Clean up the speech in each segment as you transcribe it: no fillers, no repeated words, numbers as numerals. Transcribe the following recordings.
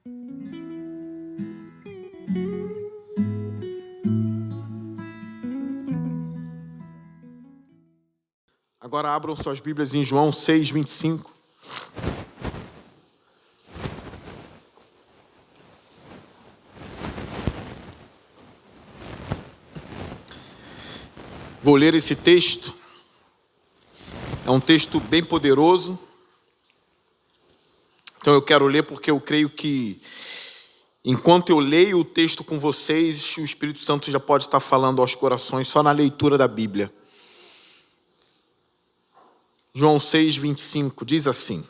Agora abram suas Bíblias em João 6:25. Vou ler esse texto. É um texto bem poderoso. Então eu quero ler porque eu creio que, enquanto eu leio o texto com vocês, o Espírito Santo já pode estar falando aos corações só na leitura da Bíblia. João 6:25 diz assim: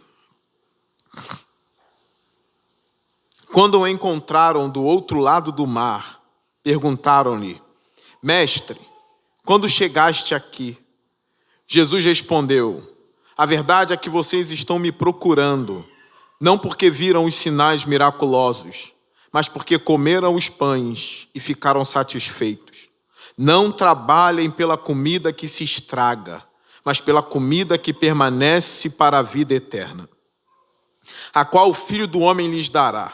Quando o encontraram do outro lado do mar, perguntaram-lhe: Mestre, quando chegaste aqui? Jesus respondeu: A verdade é que vocês estão me procurando, não porque viram os sinais miraculosos, mas porque comeram os pães e ficaram satisfeitos. Não trabalhem pela comida que se estraga, mas pela comida que permanece para a vida eterna, a qual o Filho do Homem lhes dará.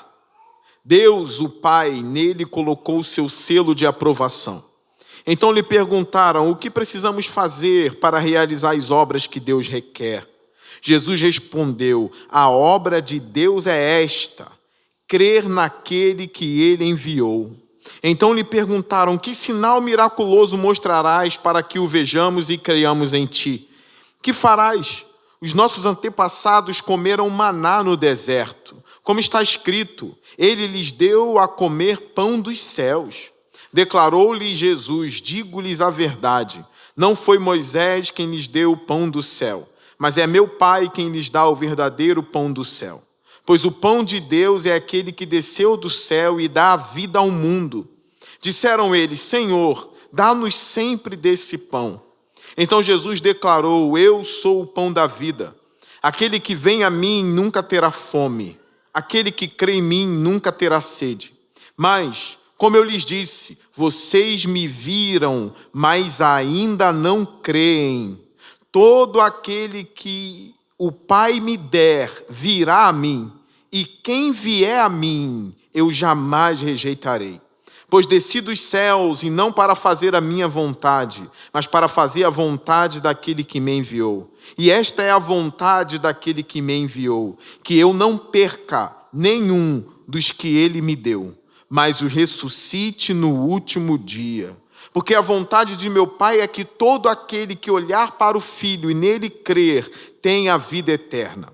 Deus, o Pai, nele colocou o seu selo de aprovação. Então lhe perguntaram: o que precisamos fazer para realizar as obras que Deus requer? Jesus respondeu: a obra de Deus é esta, crer naquele que ele enviou. Então lhe perguntaram: que sinal miraculoso mostrarás para que o vejamos e creiamos em ti? Que farás? Os nossos antepassados comeram maná no deserto, como está escrito: ele lhes deu a comer pão dos céus. Declarou-lhe Jesus: digo-lhes a verdade, não foi Moisés quem lhes deu o pão do céu, mas é meu Pai quem lhes dá o verdadeiro pão do céu. Pois o pão de Deus é aquele que desceu do céu e dá a vida ao mundo. Disseram eles: Senhor, dá-nos sempre desse pão. Então Jesus declarou: eu sou o pão da vida. Aquele que vem a mim nunca terá fome. Aquele que crê em mim nunca terá sede. Mas, como eu lhes disse, vocês me viram, mas ainda não creem. Todo aquele que o Pai me der virá a mim, e quem vier a mim, eu jamais rejeitarei. Pois desci dos céus, e não para fazer a minha vontade, mas para fazer a vontade daquele que me enviou. E esta é a vontade daquele que me enviou, que eu não perca nenhum dos que ele me deu, mas os ressuscite no último dia. Porque a vontade de meu Pai é que todo aquele que olhar para o Filho e nele crer tenha a vida eterna.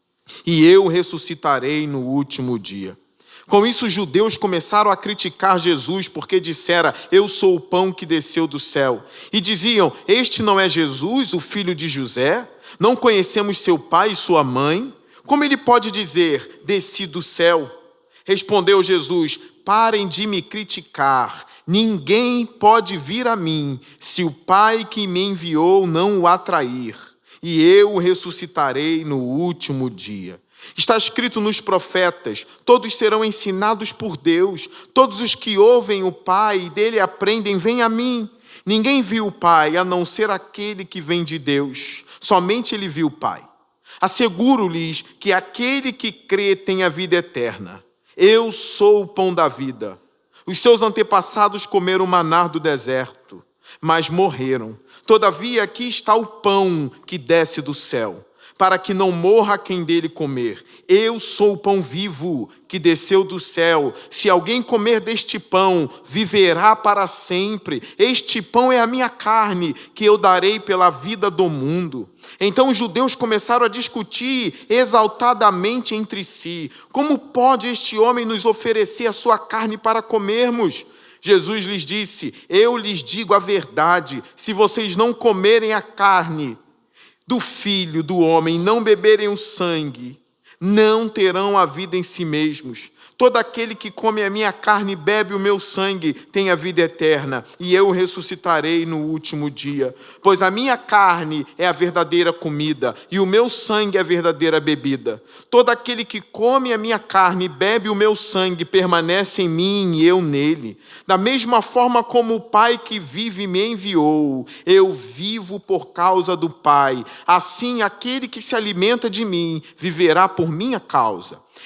E eu ressuscitarei no último dia. Com isso, os judeus começaram a criticar Jesus, porque dissera: eu sou o pão que desceu do céu. E diziam: este não é Jesus, o filho de José? Não conhecemos seu pai e sua mãe? Como ele pode dizer: desci do céu? Respondeu Jesus: parem de me criticar. Ninguém pode vir a mim se o Pai que me enviou não o atrair. E eu o ressuscitarei no último dia. Está escrito nos profetas: todos serão ensinados por Deus. Todos os que ouvem o Pai e dele aprendem, vêm a mim. Ninguém viu o Pai, a não ser aquele que vem de Deus. Somente ele viu o Pai. Asseguro-lhes que aquele que crê tem a vida eterna. Eu sou o pão da vida. Os seus antepassados comeram maná do deserto, mas morreram. Todavia aqui está o pão que desce do céu, para que não morra quem dele comer. Eu sou o pão vivo que desceu do céu. Se alguém comer deste pão, viverá para sempre. Este pão é a minha carne, que eu darei pela vida do mundo. Então os judeus começaram a discutir exaltadamente entre si: como pode este homem nos oferecer a sua carne para comermos? Jesus lhes disse: eu lhes digo a verdade, se vocês não comerem a carne do Filho do Homem, não beberem o sangue, não terão a vida em si mesmos. Todo aquele que come a minha carne e bebe o meu sangue tem a vida eterna, e eu o ressuscitarei no último dia. Pois a minha carne é a verdadeira comida, e o meu sangue é a verdadeira bebida. Todo aquele que come a minha carne e bebe o meu sangue permanece em mim e eu nele. Da mesma forma como o Pai que vive me enviou, eu vivo por causa do Pai. Assim, aquele que se alimenta de mim viverá por minha causa.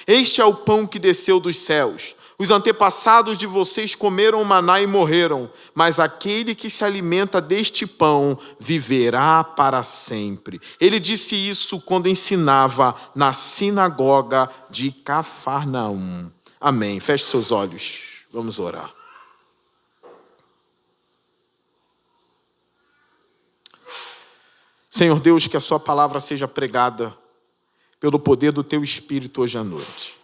Este é o pão que desceu dos céus. Os antepassados de vocês comeram o maná e morreram, mas aquele que se alimenta deste pão viverá para sempre. Ele disse isso quando ensinava na sinagoga de Cafarnaum. Amém. Feche seus olhos. Vamos orar. Senhor Deus, que a sua palavra seja pregada pelo poder do teu Espírito hoje à noite.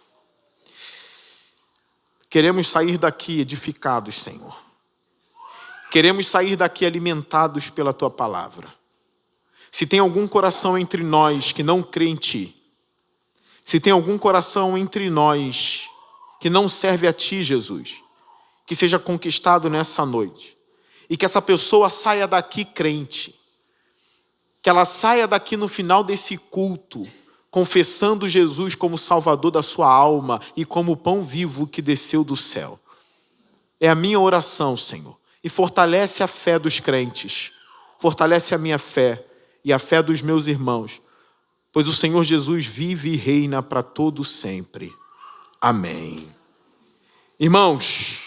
Queremos sair daqui edificados, Senhor. Queremos sair daqui alimentados pela tua palavra. Se tem algum coração entre nós que não crê em ti, se tem algum coração entre nós que não serve a ti, Jesus, que seja conquistado nessa noite, e que essa pessoa saia daqui crente, que ela saia daqui no final desse culto, confessando Jesus como Salvador da sua alma e como o pão vivo que desceu do céu. É a minha oração, Senhor. E fortalece a fé dos crentes. Fortalece a minha fé e a fé dos meus irmãos. Pois o Senhor Jesus vive e reina para todo sempre. Amém. Irmãos,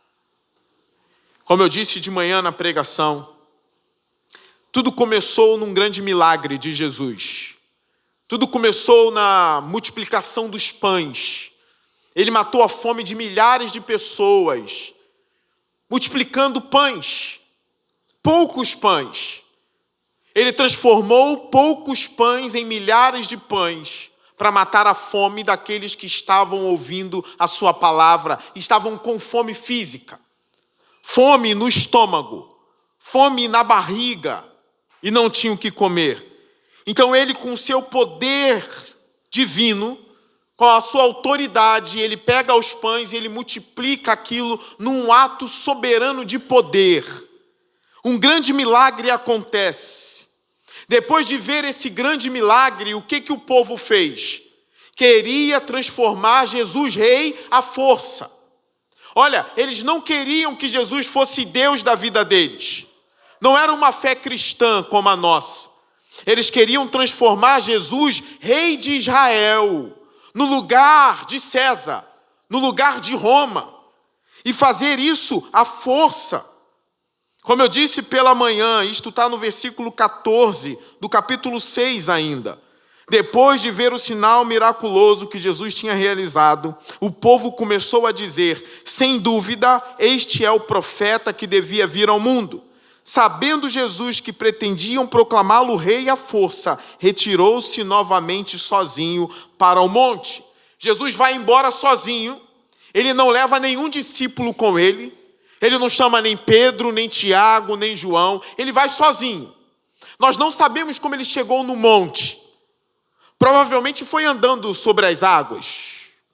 como eu disse de manhã na pregação, tudo começou num grande milagre de Jesus. Tudo começou na multiplicação dos pães. Ele matou a fome de milhares de pessoas, multiplicando pães, poucos pães. Ele transformou poucos pães em milhares de pães para matar a fome daqueles que estavam ouvindo a sua palavra, estavam com fome física, fome no estômago, fome na barriga e não tinham o que comer. Então ele, com o seu poder divino, com a sua autoridade, ele pega os pães e ele multiplica aquilo num ato soberano de poder. Um grande milagre acontece. Depois de ver esse grande milagre, o que o povo fez? Queria transformar Jesus rei à força. Olha, eles não queriam que Jesus fosse Deus da vida deles. Não era uma fé cristã como a nossa. Eles queriam transformar Jesus rei de Israel, no lugar de César, no lugar de Roma, e fazer isso à força. Como eu disse pela manhã, isto está no versículo 14 do capítulo 6 ainda. Depois de ver o sinal miraculoso que Jesus tinha realizado, o povo começou a dizer: sem dúvida, este é o profeta que devia vir ao mundo. Sabendo Jesus que pretendiam proclamá-lo rei à força, retirou-se novamente sozinho para o monte. Jesus vai embora sozinho, ele não leva nenhum discípulo com ele, ele não chama nem Pedro, nem Tiago, nem João, ele vai sozinho. Nós não sabemos como ele chegou no monte. Provavelmente foi andando sobre as águas.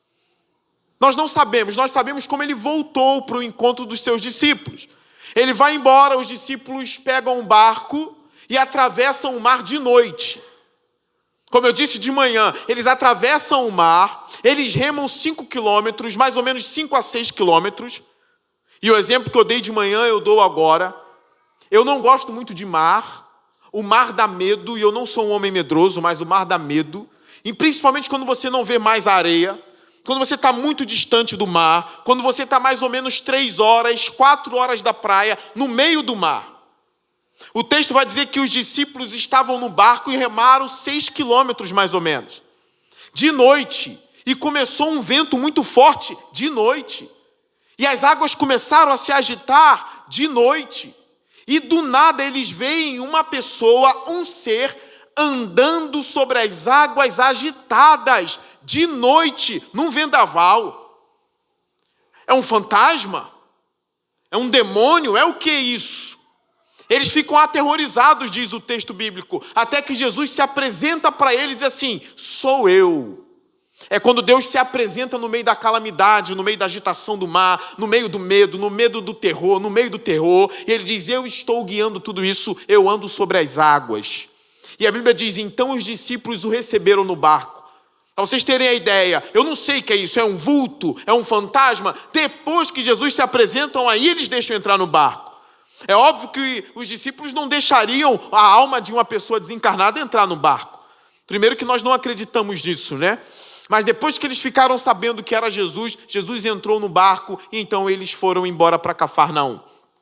Nós não sabemos, nós sabemos como ele voltou para o encontro dos seus discípulos. Ele vai embora, os discípulos pegam um barco e atravessam o mar de noite. Como eu disse de manhã, eles atravessam o mar, eles remam 5 quilômetros, mais ou menos 5 a 6 quilômetros. E o exemplo que eu dei de manhã, eu dou agora. Eu não gosto muito de mar. O mar dá medo, e eu não sou um homem medroso, mas o mar dá medo. E principalmente quando você não vê mais a areia. Quando você está muito distante do mar, quando você está mais ou menos 3 horas, 4 horas da praia, no meio do mar. O texto vai dizer que os discípulos estavam no barco e remaram 6 quilômetros mais ou menos. De noite. E começou um vento muito forte de noite. E as águas começaram a se agitar de noite. E do nada eles veem uma pessoa, um ser, andando sobre as águas agitadas, de noite, num vendaval. É um fantasma? É um demônio? É o que isso? Eles ficam aterrorizados, diz o texto bíblico, até que Jesus se apresenta para eles assim: sou eu. É quando Deus se apresenta no meio da calamidade, no meio da agitação do mar, no meio do medo, no meio do terror, no meio do terror. E ele diz: eu estou guiando tudo isso, eu ando sobre as águas. E a Bíblia diz: então os discípulos o receberam no barco. Para vocês terem a ideia, eu não sei o que é isso, é um vulto, é um fantasma. Depois que Jesus se apresentam, aí eles deixam entrar no barco. É óbvio que os discípulos não deixariam a alma de uma pessoa desencarnada entrar no barco. Primeiro que nós não acreditamos nisso, né? Mas depois que eles ficaram sabendo que era Jesus, Jesus entrou no barco e então eles foram embora para Cafarnaum.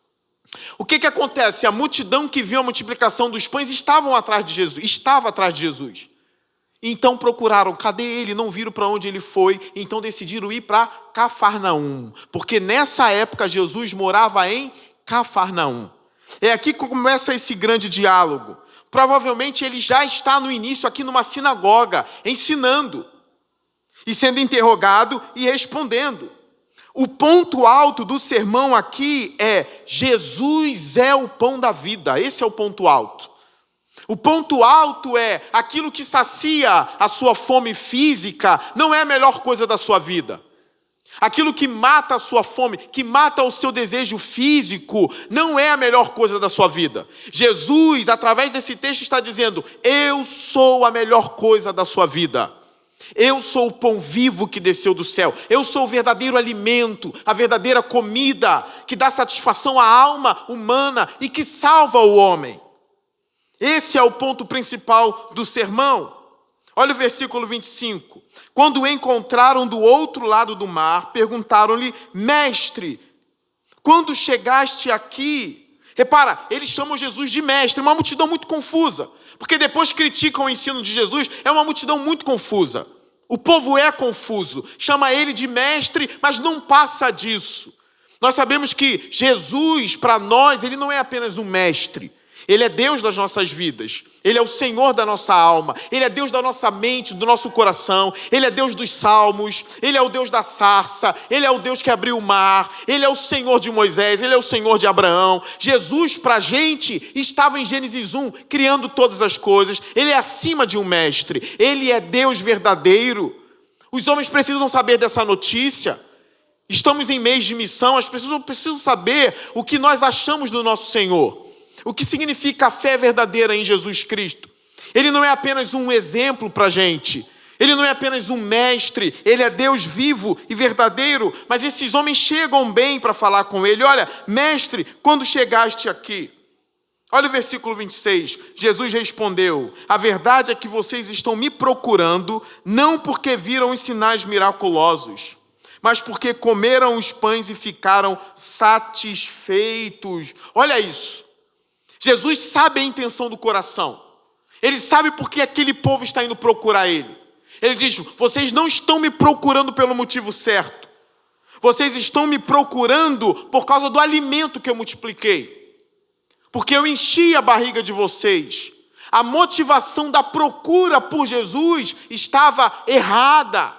O que acontece? A multidão que viu a multiplicação dos pães estava atrás de Jesus. Então procuraram, cadê ele? Não viram para onde ele foi, então decidiram ir para Cafarnaum, porque nessa época Jesus morava em Cafarnaum. É aqui que começa esse grande diálogo. Provavelmente ele já está no início aqui numa sinagoga, ensinando, e sendo interrogado e respondendo. O ponto alto do sermão aqui é: Jesus é o pão da vida. Esse é o ponto alto. O ponto alto é aquilo que sacia a sua fome física, não é a melhor coisa da sua vida. Aquilo que mata a sua fome, que mata o seu desejo físico, não é a melhor coisa da sua vida. Jesus, através desse texto, está dizendo: eu sou a melhor coisa da sua vida. Eu sou o pão vivo que desceu do céu. Eu sou o verdadeiro alimento, a verdadeira comida que dá satisfação à alma humana e que salva o homem. Esse é o ponto principal do sermão. Olha o versículo 25. Quando o encontraram do outro lado do mar, perguntaram-lhe: mestre, quando chegaste aqui? Repara, eles chamam Jesus de mestre, uma multidão muito confusa, porque depois criticam o ensino de Jesus, é uma multidão muito confusa. O povo é confuso, chama ele de mestre, mas não passa disso. Nós sabemos que Jesus, para nós, ele não é apenas um mestre. Ele é Deus das nossas vidas. Ele é o Senhor da nossa alma. Ele é Deus da nossa mente, do nosso coração. Ele é Deus dos salmos. Ele é o Deus da sarça. Ele é o Deus que abriu o mar. Ele é o Senhor de Moisés. Ele é o Senhor de Abraão. Jesus, para a gente, estava em Gênesis 1, criando todas as coisas. Ele é acima de um mestre. Ele é Deus verdadeiro. Os homens precisam saber dessa notícia. Estamos em mês de missão. As pessoas precisam saber o que nós achamos do nosso Senhor. O que significa a fé verdadeira em Jesus Cristo. Ele não é apenas um exemplo para a gente. Ele não é apenas um mestre. Ele é Deus vivo e verdadeiro. Mas esses homens chegam bem para falar com ele. Olha, mestre, quando chegaste aqui? Olha o versículo 26. Jesus respondeu: a verdade é que vocês estão me procurando, não porque viram os sinais miraculosos, mas porque comeram os pães e ficaram satisfeitos. Olha isso. Jesus sabe a intenção do coração. Ele sabe porque aquele povo está indo procurar ele. Ele diz: vocês não estão me procurando pelo motivo certo. Vocês estão me procurando por causa do alimento que eu multipliquei. Porque eu enchi a barriga de vocês. A motivação da procura por Jesus estava errada.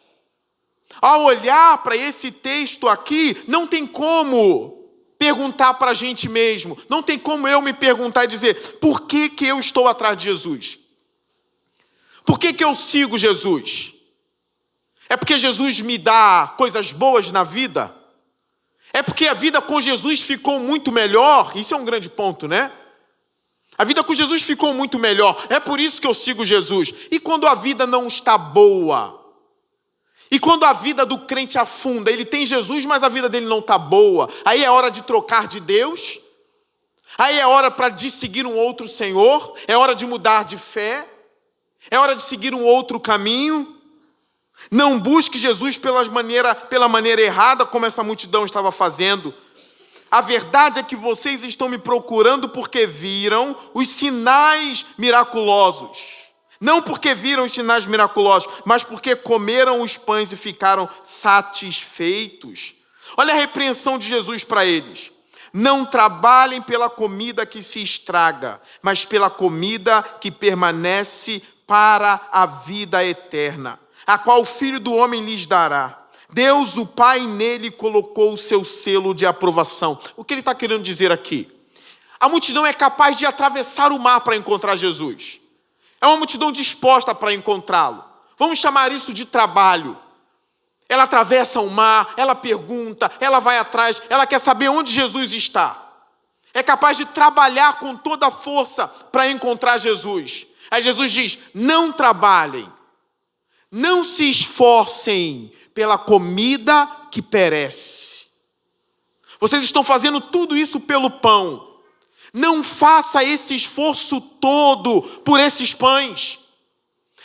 Ao olhar para esse texto aqui, não tem como perguntar para a gente mesmo. Não tem como eu me perguntar e dizer: por que eu estou atrás de Jesus? Por que eu sigo Jesus? É porque Jesus me dá coisas boas na vida? É porque a vida com Jesus ficou muito melhor? Isso é um grande ponto, né? A vida com Jesus ficou muito melhor. É por isso que eu sigo Jesus. E quando a vida não está boa? E quando a vida do crente afunda, ele tem Jesus, mas a vida dele não está boa, aí é hora de trocar de Deus, aí é hora de seguir um outro Senhor, é hora de mudar de fé, é hora de seguir um outro caminho. Não busque Jesus pela maneira errada, como essa multidão estava fazendo. A verdade é que vocês estão me procurando porque viram os sinais miraculosos. Não porque viram os sinais miraculosos, mas porque comeram os pães e ficaram satisfeitos. Olha a repreensão de Jesus para eles. Não trabalhem pela comida que se estraga, mas pela comida que permanece para a vida eterna, a qual o Filho do Homem lhes dará. Deus, o Pai, nele colocou o seu selo de aprovação. O que ele está querendo dizer aqui? A multidão é capaz de atravessar o mar para encontrar Jesus. É uma multidão disposta para encontrá-lo. Vamos chamar isso de trabalho. Ela atravessa o mar, ela pergunta, ela vai atrás, ela quer saber onde Jesus está. É capaz de trabalhar com toda a força para encontrar Jesus. Aí Jesus diz: não trabalhem, não se esforcem pela comida que perece. Vocês estão fazendo tudo isso pelo pão. Não faça esse esforço todo por esses pães.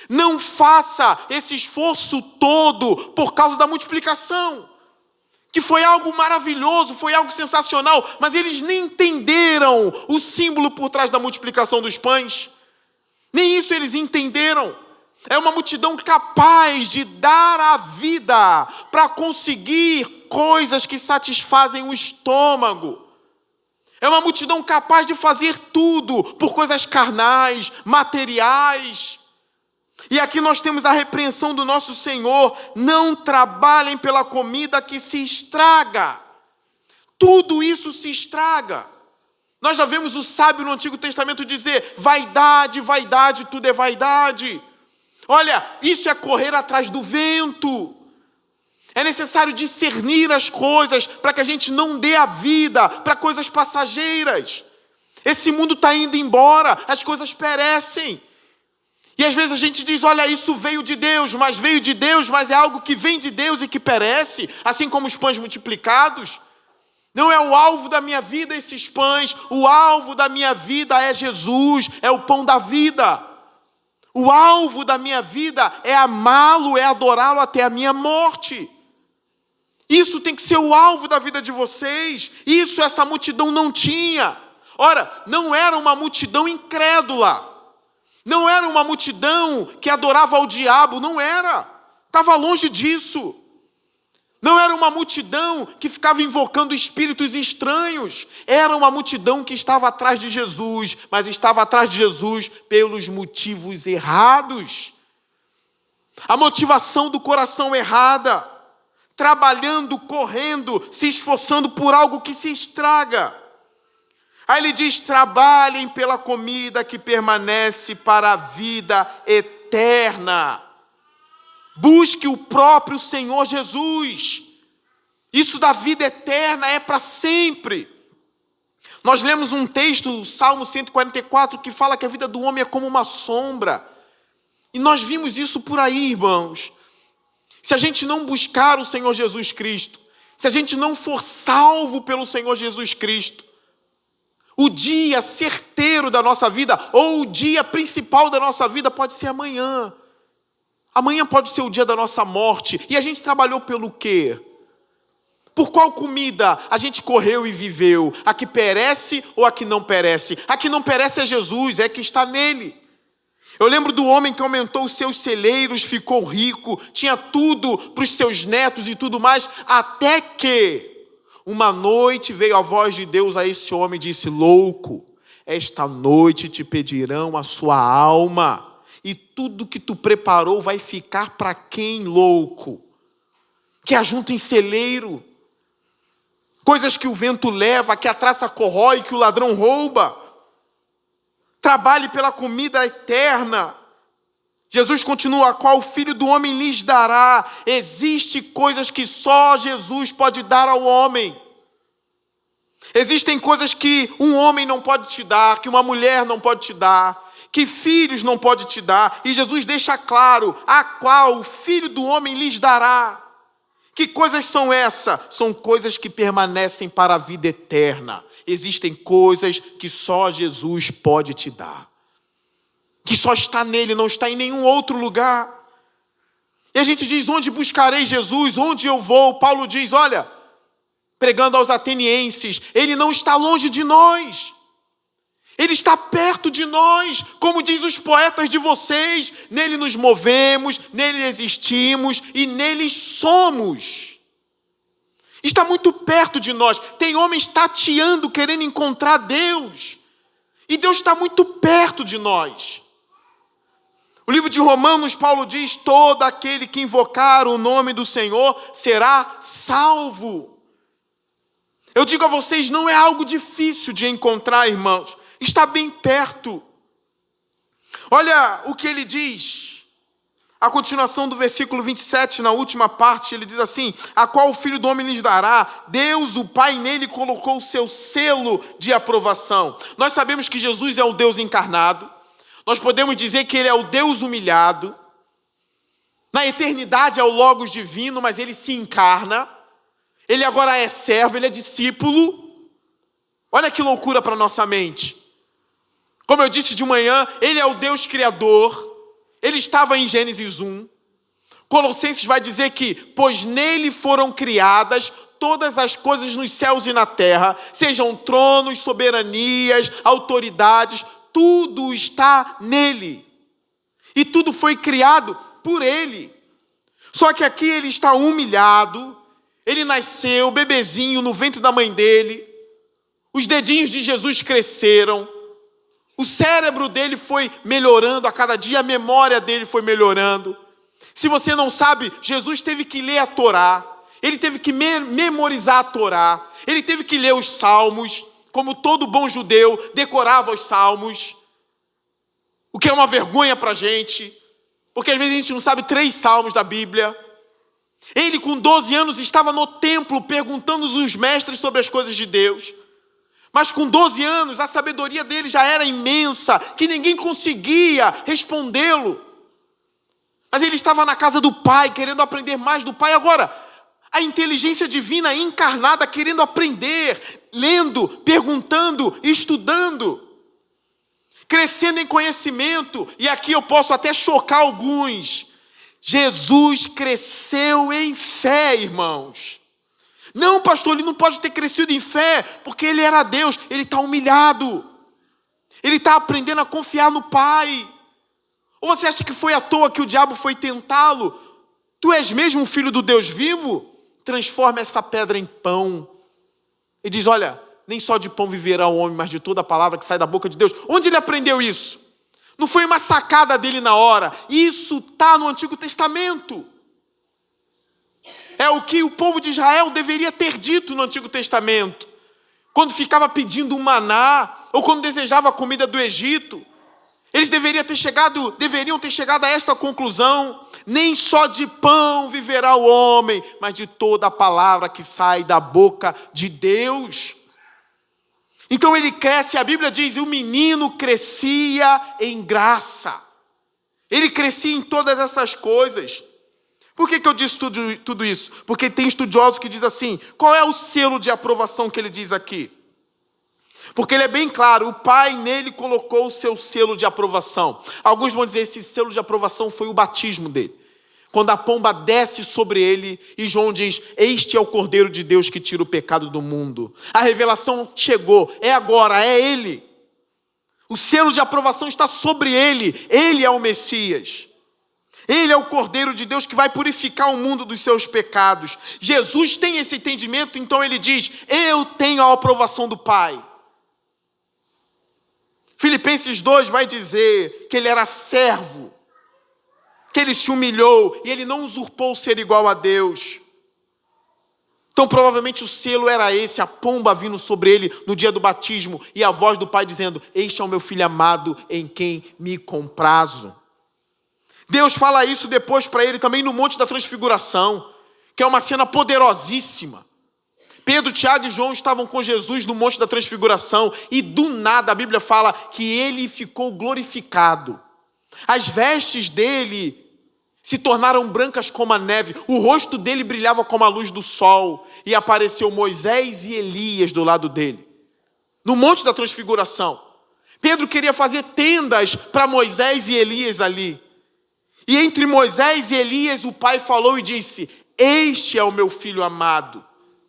Não faça esse esforço todo por causa da multiplicação, que foi algo maravilhoso, foi algo sensacional, mas eles nem entenderam o símbolo por trás da multiplicação dos pães. Nem isso eles entenderam. É uma multidão capaz de dar a vida para conseguir coisas que satisfazem o estômago. É uma multidão capaz de fazer tudo por coisas carnais, materiais. E aqui nós temos a repreensão do nosso Senhor: não trabalhem pela comida que se estraga. Tudo isso se estraga. Nós já vemos o sábio no Antigo Testamento dizer: vaidade, vaidade, tudo é vaidade. Olha, isso é correr atrás do vento. É necessário discernir as coisas para que a gente não dê a vida para coisas passageiras. Esse mundo está indo embora, as coisas perecem. E às vezes a gente diz: olha, isso veio de Deus, mas é algo que vem de Deus e que perece, assim como os pães multiplicados. Não é o alvo da minha vida esses pães, o alvo da minha vida é Jesus, é o pão da vida. O alvo da minha vida é amá-lo, é adorá-lo até a minha morte. Isso tem que ser o alvo da vida de vocês. Isso essa multidão não tinha. Ora, não era uma multidão incrédula. Não era uma multidão que adorava ao diabo, não era. Estava longe disso. Não era uma multidão que ficava invocando espíritos estranhos. Era uma multidão que estava atrás de Jesus, mas estava atrás de Jesus pelos motivos errados. A motivação do coração errada. Trabalhando, correndo, se esforçando por algo que se estraga. Aí ele diz: trabalhem pela comida que permanece para a vida eterna. Busque o próprio Senhor Jesus. Isso da vida eterna é para sempre. Nós lemos um texto, Salmo 144, que fala que a vida do homem é como uma sombra. E nós vimos isso por aí, irmãos. Se a gente não buscar o Senhor Jesus Cristo, se a gente não for salvo pelo Senhor Jesus Cristo, o dia certeiro da nossa vida, ou o dia principal da nossa vida, pode ser amanhã. Amanhã pode ser o dia da nossa morte. E a gente trabalhou pelo quê? Por qual comida a gente correu e viveu? A que perece ou a que não perece? A que não perece é Jesus, é que está nele. Eu lembro do homem que aumentou os seus celeiros, ficou rico, tinha tudo para os seus netos e tudo mais, até que uma noite veio a voz de Deus a esse homem e disse: louco, esta noite te pedirão a sua alma. E tudo que tu preparou vai ficar para quem, louco? Que ajunta em celeiro. Coisas que o vento leva, que a traça corrói, que o ladrão rouba. Trabalhe pela comida eterna. Jesus continua: a qual o Filho do Homem lhes dará. Existem coisas que só Jesus pode dar ao homem. Existem coisas que um homem não pode te dar, que uma mulher não pode te dar, que filhos não pode te dar, e Jesus deixa claro: a qual o Filho do Homem lhes dará. Que coisas são essas? São coisas que permanecem para a vida eterna. Existem coisas que só Jesus pode te dar, que só está nele, não está em nenhum outro lugar. E a gente diz: onde buscarei Jesus? Onde eu vou? Paulo diz, olha, pregando aos atenienses, ele não está longe de nós. Ele está perto de nós, como diz os poetas de vocês. Nele nos movemos, nele existimos e nele somos. Está muito perto de nós. Tem homens tateando, querendo encontrar Deus. E Deus está muito perto de nós. O livro de Romanos, Paulo diz: todo aquele que invocar o nome do Senhor será salvo. Eu digo a vocês, não é algo difícil de encontrar, irmãos. Está bem perto. Olha o que ele diz. A continuação do versículo 27, na última parte, ele diz assim: a qual o Filho do Homem lhes dará. Deus, o Pai, nele colocou o seu selo de aprovação. Nós sabemos que Jesus é o Deus encarnado. Nós podemos dizer que ele é o Deus humilhado. Na eternidade é o Logos divino, mas ele se encarna. Ele agora é servo, ele é discípulo. Olha que loucura para a nossa mente. Como eu disse de manhã, ele é o Deus criador. Ele estava em Gênesis 1. Colossenses vai dizer que, pois nele foram criadas todas as coisas nos céus e na terra, sejam tronos, soberanias, autoridades, tudo está nele. E tudo foi criado por ele. Só que aqui ele está humilhado, ele nasceu bebezinho no ventre da mãe dele, os dedinhos de Jesus cresceram, o cérebro dele foi melhorando a cada dia, a memória dele foi melhorando. Se você não sabe, Jesus teve que ler a Torá, ele teve que memorizar a Torá, ele teve que ler os salmos, como todo bom judeu, decorava os salmos, o que é uma vergonha para a gente, porque às vezes a gente não sabe 3 salmos da Bíblia. Ele com 12 anos estava no templo perguntando aos mestres sobre as coisas de Deus, mas com 12 anos a sabedoria dele já era imensa, que ninguém conseguia respondê-lo. Mas ele estava na casa do Pai, querendo aprender mais do Pai. Agora, a inteligência divina encarnada, querendo aprender, lendo, perguntando, estudando, crescendo em conhecimento. E aqui eu posso até chocar alguns. Jesus cresceu em fé, irmãos. Não, pastor, ele não pode ter crescido em fé, porque ele era Deus. Ele está humilhado. Ele está aprendendo a confiar no Pai. Ou você acha que foi à toa que o diabo foi tentá-lo? Tu és mesmo um filho do Deus vivo? Transforma essa pedra em pão. E diz, olha, nem só de pão viverá o homem, mas de toda a palavra que sai da boca de Deus. Onde ele aprendeu isso? Não foi uma sacada dele na hora. Isso está no Antigo Testamento. É o que o povo de Israel deveria ter dito no Antigo Testamento. Quando ficava pedindo um maná, ou quando desejava a comida do Egito. Eles deveriam ter chegado a esta conclusão: nem só de pão viverá o homem, mas de toda a palavra que sai da boca de Deus. Então ele cresce, a Bíblia diz, o menino crescia em graça. Ele crescia em todas essas coisas. Por que eu disse tudo isso? Porque tem estudiosos que dizem assim, qual é o selo de aprovação que ele diz aqui? Porque ele é bem claro, o Pai nele colocou o seu selo de aprovação. Alguns vão dizer que esse selo de aprovação foi o batismo dele. Quando a pomba desce sobre ele e João diz, este é o Cordeiro de Deus que tira o pecado do mundo. A revelação chegou, é agora, é ele. O selo de aprovação está sobre ele, ele é o Messias. Ele é o Cordeiro de Deus que vai purificar o mundo dos seus pecados. Jesus tem esse entendimento, então ele diz, eu tenho a aprovação do Pai. Filipenses 2 vai dizer que ele era servo, que ele se humilhou e ele não usurpou ser igual a Deus. Então provavelmente o selo era esse, a pomba vindo sobre ele no dia do batismo e a voz do Pai dizendo, este é o meu filho amado em quem me comprazo. Deus fala isso depois para ele também no Monte da Transfiguração, que é uma cena poderosíssima. Pedro, Tiago e João estavam com Jesus no Monte da Transfiguração e do nada a Bíblia fala que ele ficou glorificado. As vestes dele se tornaram brancas como a neve, o rosto dele brilhava como a luz do sol e apareceu Moisés e Elias do lado dele, no Monte da Transfiguração. Pedro queria fazer tendas para Moisés e Elias ali. E entre Moisés e Elias o Pai falou e disse, este é o meu filho amado.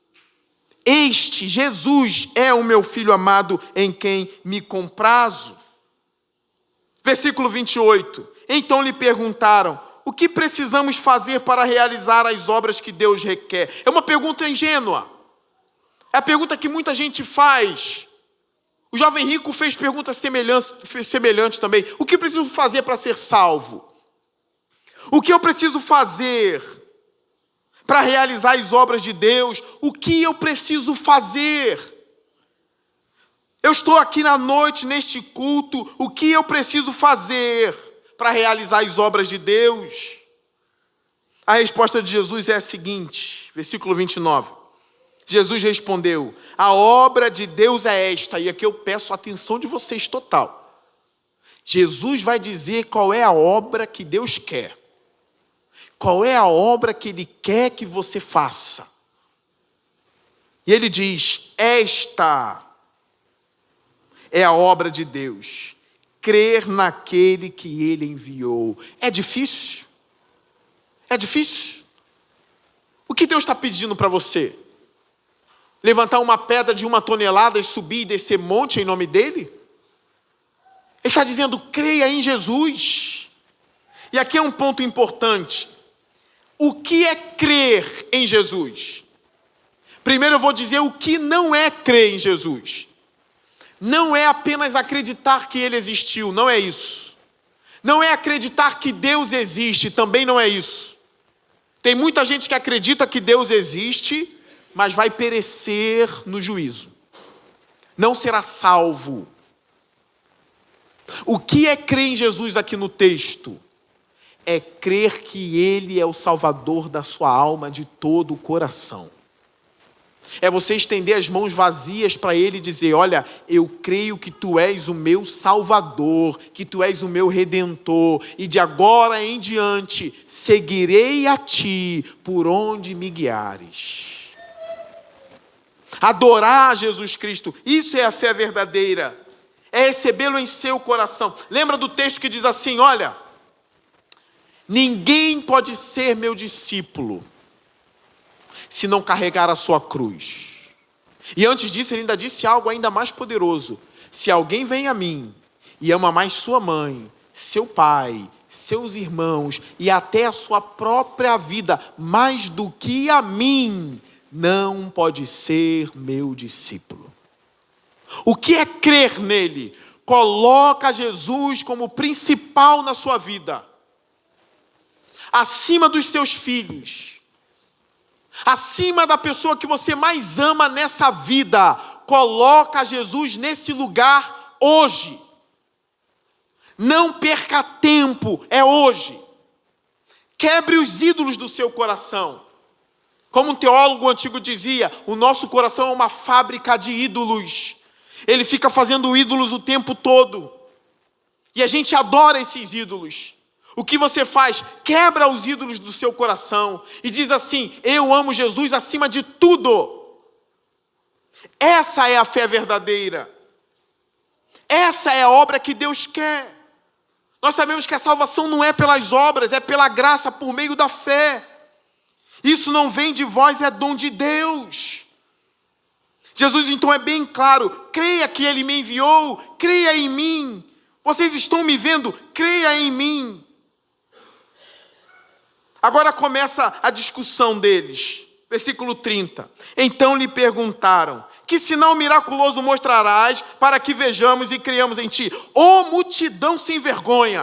Este, Jesus, é o meu filho amado em quem me comprazo. Versículo 28. Então lhe perguntaram, o que precisamos fazer para realizar as obras que Deus requer? É uma pergunta ingênua. É a pergunta que muita gente faz. O jovem rico fez pergunta semelhante também. O que preciso fazer para ser salvo? O que eu preciso fazer para realizar as obras de Deus? O que eu preciso fazer? Eu estou aqui na noite, neste culto, o que eu preciso fazer para realizar as obras de Deus? A resposta de Jesus é a seguinte, versículo 29. Jesus respondeu, a obra de Deus é esta, e aqui eu peço a atenção de vocês total. Jesus vai dizer qual é a obra que Deus quer. Qual é a obra que Ele quer que você faça? E Ele diz, esta é a obra de Deus, crer naquele que ele enviou. É difícil? É difícil? O que Deus está pedindo para você? Levantar uma pedra de 1 tonelada e subir e descer monte em nome dele? Ele está dizendo, creia em Jesus. E aqui é um ponto importante. O que é crer em Jesus? Primeiro eu vou dizer o que não é crer em Jesus. Não é apenas acreditar que ele existiu, não é isso. Não é acreditar que Deus existe, também não é isso. Tem muita gente que acredita que Deus existe, mas vai perecer no juízo. Não será salvo. O que é crer em Jesus aqui no texto? É crer que ele é o Salvador da sua alma de todo o coração. É você estender as mãos vazias para ele e dizer, olha, eu creio que tu és o meu Salvador, que tu és o meu Redentor, e de agora em diante seguirei a ti por onde me guiares. Adorar Jesus Cristo, isso é a fé verdadeira, é recebê-lo em seu coração. Lembra do texto que diz assim, olha, ninguém pode ser meu discípulo se não carregar a sua cruz. E antes disso ele ainda disse algo ainda mais poderoso. Se alguém vem a mim e ama mais sua mãe, seu pai, seus irmãos e até a sua própria vida, mais do que a mim, não pode ser meu discípulo. O que é crer nele? Coloca Jesus como principal na sua vida, acima dos seus filhos, acima da pessoa que você mais ama nessa vida. Coloca Jesus nesse lugar hoje. Não perca tempo, é hoje. Quebre os ídolos do seu coração. Como um teólogo antigo dizia, o nosso coração é uma fábrica de ídolos. Ele fica fazendo ídolos o tempo todo. E a gente adora esses ídolos. O que você faz? Quebra os ídolos do seu coração e diz assim, eu amo Jesus acima de tudo. Essa é a fé verdadeira. Essa é a obra que Deus quer. Nós sabemos que a salvação não é pelas obras, é pela graça, por meio da fé. Isso não vem de vós, é dom de Deus. Jesus então é bem claro, creia que ele me enviou, creia em mim. Vocês estão me vendo, creia em mim. Agora começa a discussão deles. Versículo 30. Então lhe perguntaram, que sinal miraculoso mostrarás para que vejamos e creiamos em ti? Ô multidão sem vergonha!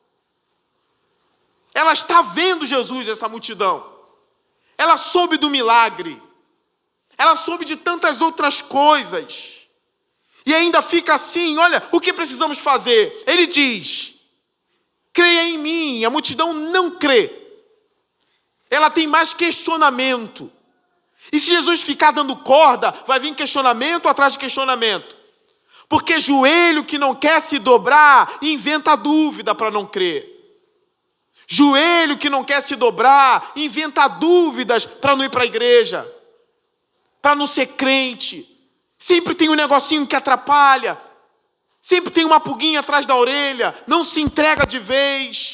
Ela está vendo Jesus, essa multidão. Ela soube do milagre. Ela soube de tantas outras coisas. E ainda fica assim, olha, o que precisamos fazer? Ele diz, creia em mim. A multidão não crê. Ela tem mais questionamento. E se Jesus ficar dando corda, vai vir questionamento atrás de questionamento. Porque joelho que não quer se dobrar, inventa dúvida para não crer. Joelho que não quer se dobrar, inventa dúvidas para não ir para a igreja. Para não ser crente. Sempre tem um negocinho que atrapalha. Sempre tem uma pulguinha atrás da orelha. Não se entrega de vez.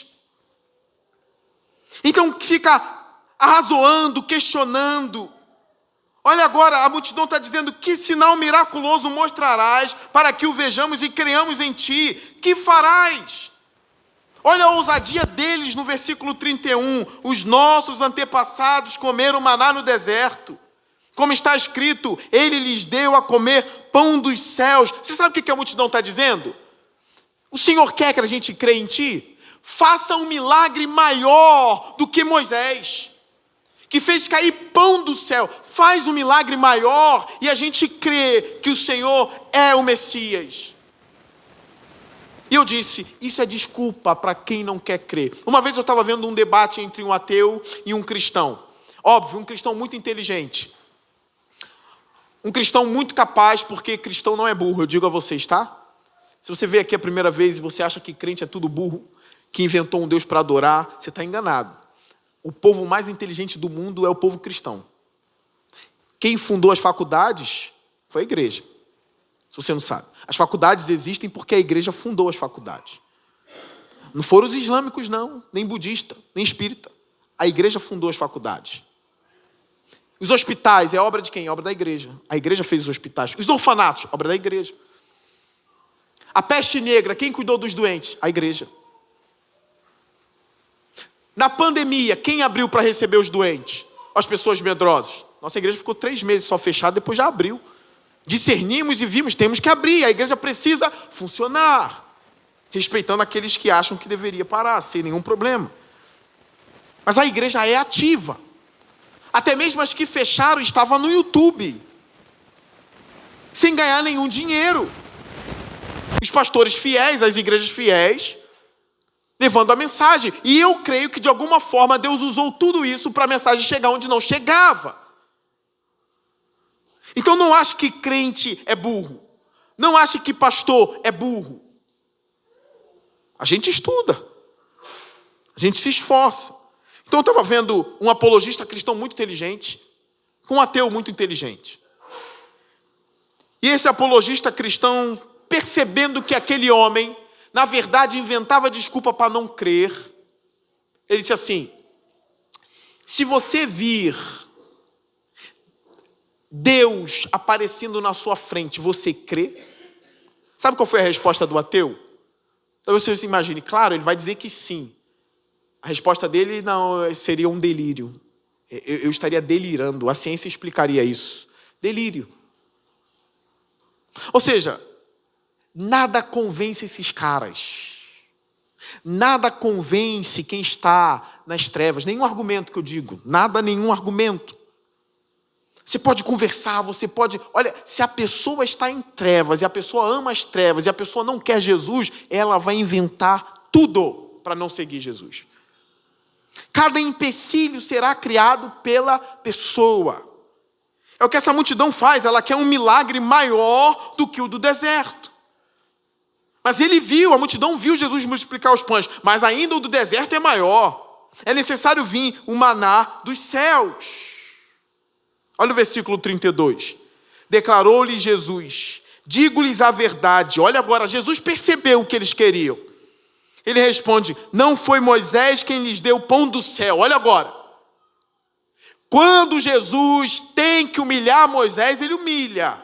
Então fica arrazoando, questionando. Olha agora, a multidão está dizendo, que sinal miraculoso mostrarás para que o vejamos e creiamos em ti? Que farás? Olha a ousadia deles no versículo 31. Os nossos antepassados comeram maná no deserto. Como está escrito, ele lhes deu a comer pão dos céus. Você sabe o que a multidão está dizendo? O Senhor quer que a gente creia em ti? Faça um milagre maior do que Moisés, que fez cair pão do céu. Faz um milagre maior e a gente crê que o Senhor é o Messias. E eu disse, isso é desculpa para quem não quer crer. Uma vez eu estava vendo um debate entre um ateu e um cristão. Óbvio, um cristão muito inteligente. Um cristão muito capaz, porque cristão não é burro, eu digo a vocês, tá? Se você veio aqui a primeira vez e você acha que crente é tudo burro, que inventou um Deus para adorar, você está enganado. O povo mais inteligente do mundo é o povo cristão. Quem fundou as faculdades foi a igreja. você não sabe. As faculdades existem porque a igreja fundou as faculdades. Não foram os islâmicos, não, nem budista, nem espírita. A igreja fundou as faculdades. Os hospitais é obra de quem? Obra da igreja. A igreja fez os hospitais. Os orfanatos, obra da igreja. A peste negra, quem cuidou dos doentes? A igreja. Na pandemia, quem abriu para receber os doentes? As pessoas medrosas. Nossa igreja ficou 3 meses só fechada, depois já abriu. Discernimos e vimos, temos que abrir. A igreja precisa funcionar. Respeitando aqueles que acham que deveria parar, sem nenhum problema. Mas a igreja é ativa. Até mesmo as que fecharam estavam no YouTube. Sem ganhar nenhum dinheiro. Os pastores fiéis, as igrejas fiéis, levando a mensagem. E eu creio que de alguma forma Deus usou tudo isso para a mensagem chegar onde não chegava. Então não ache que crente é burro. Não ache que pastor é burro. A gente estuda. A gente se esforça. Então eu estava vendo um apologista cristão muito inteligente com um ateu muito inteligente. E esse apologista cristão, percebendo que aquele homem, na verdade, inventava desculpa para não crer, ele disse assim: se você vir Deus aparecendo na sua frente, você crê? Sabe qual foi a resposta do ateu? Talvez você se imagine, claro, ele vai dizer que sim. A resposta dele não seria um delírio. Eu estaria delirando, a ciência explicaria isso. Delírio. Ou seja, nada convence esses caras. Nada convence quem está nas trevas. Nenhum argumento que eu digo. Nada, nenhum argumento. Você pode conversar, você pode... Olha, se a pessoa está em trevas, e a pessoa ama as trevas, e a pessoa não quer Jesus, ela vai inventar tudo para não seguir Jesus. Cada empecilho será criado pela pessoa. É o que essa multidão faz, ela quer um milagre maior do que o do deserto. Mas a multidão viu Jesus multiplicar os pães, mas ainda o do deserto é maior. É necessário vir o maná dos céus. Olha o versículo 32. Declarou-lhe Jesus: digo-lhes a verdade. Olha agora, Jesus percebeu o que eles queriam. Ele responde: não foi Moisés quem lhes deu o pão do céu. Olha agora. Quando Jesus tem que humilhar Moisés, ele humilha.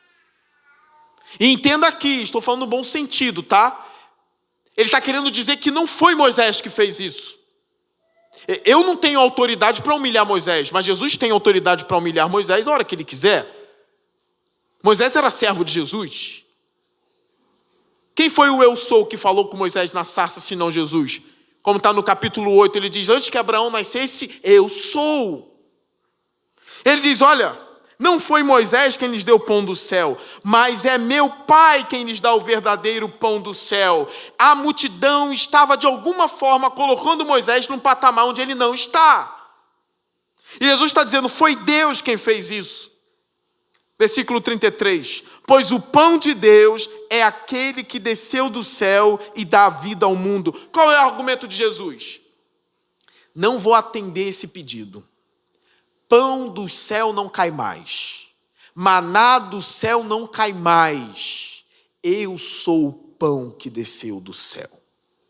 E entenda aqui, estou falando no bom sentido, tá? Ele está querendo dizer que não foi Moisés que fez isso. Eu não tenho autoridade para humilhar Moisés, mas Jesus tem autoridade para humilhar Moisés a hora que ele quiser. Moisés era servo de Jesus. Quem foi o eu sou que falou com Moisés na sarça, senão Jesus? Como está no capítulo 8, ele diz: antes que Abraão nascesse, eu sou. Ele diz: olha, não foi Moisés quem lhes deu o pão do céu, mas é meu Pai quem lhes dá o verdadeiro pão do céu. A multidão estava de alguma forma colocando Moisés num patamar onde ele não está. E Jesus está dizendo: foi Deus quem fez isso. Versículo 33. Pois o pão de Deus é aquele que desceu do céu e dá vida ao mundo. Qual é o argumento de Jesus? Não vou atender esse pedido. Pão do céu não cai mais. Maná do céu não cai mais. Eu sou o pão que desceu do céu. Ou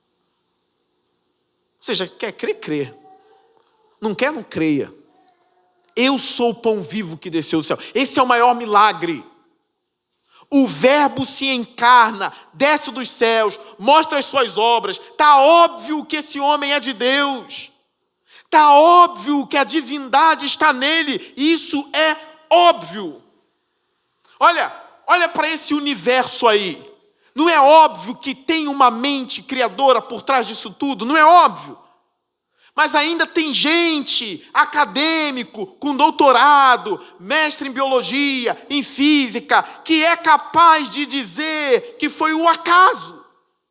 seja, quer crer, crê. Não quer, não creia. Eu sou o pão vivo que desceu do céu. Esse é o maior milagre. O verbo se encarna, desce dos céus, mostra as suas obras. Está óbvio que esse homem é de Deus. Está óbvio que a divindade está nele. Isso é óbvio. Olha para esse universo aí. Não é óbvio que tem uma mente criadora por trás disso tudo? Não é óbvio. Mas ainda tem gente, acadêmico, com doutorado, mestre em biologia, em física, que é capaz de dizer que foi o acaso.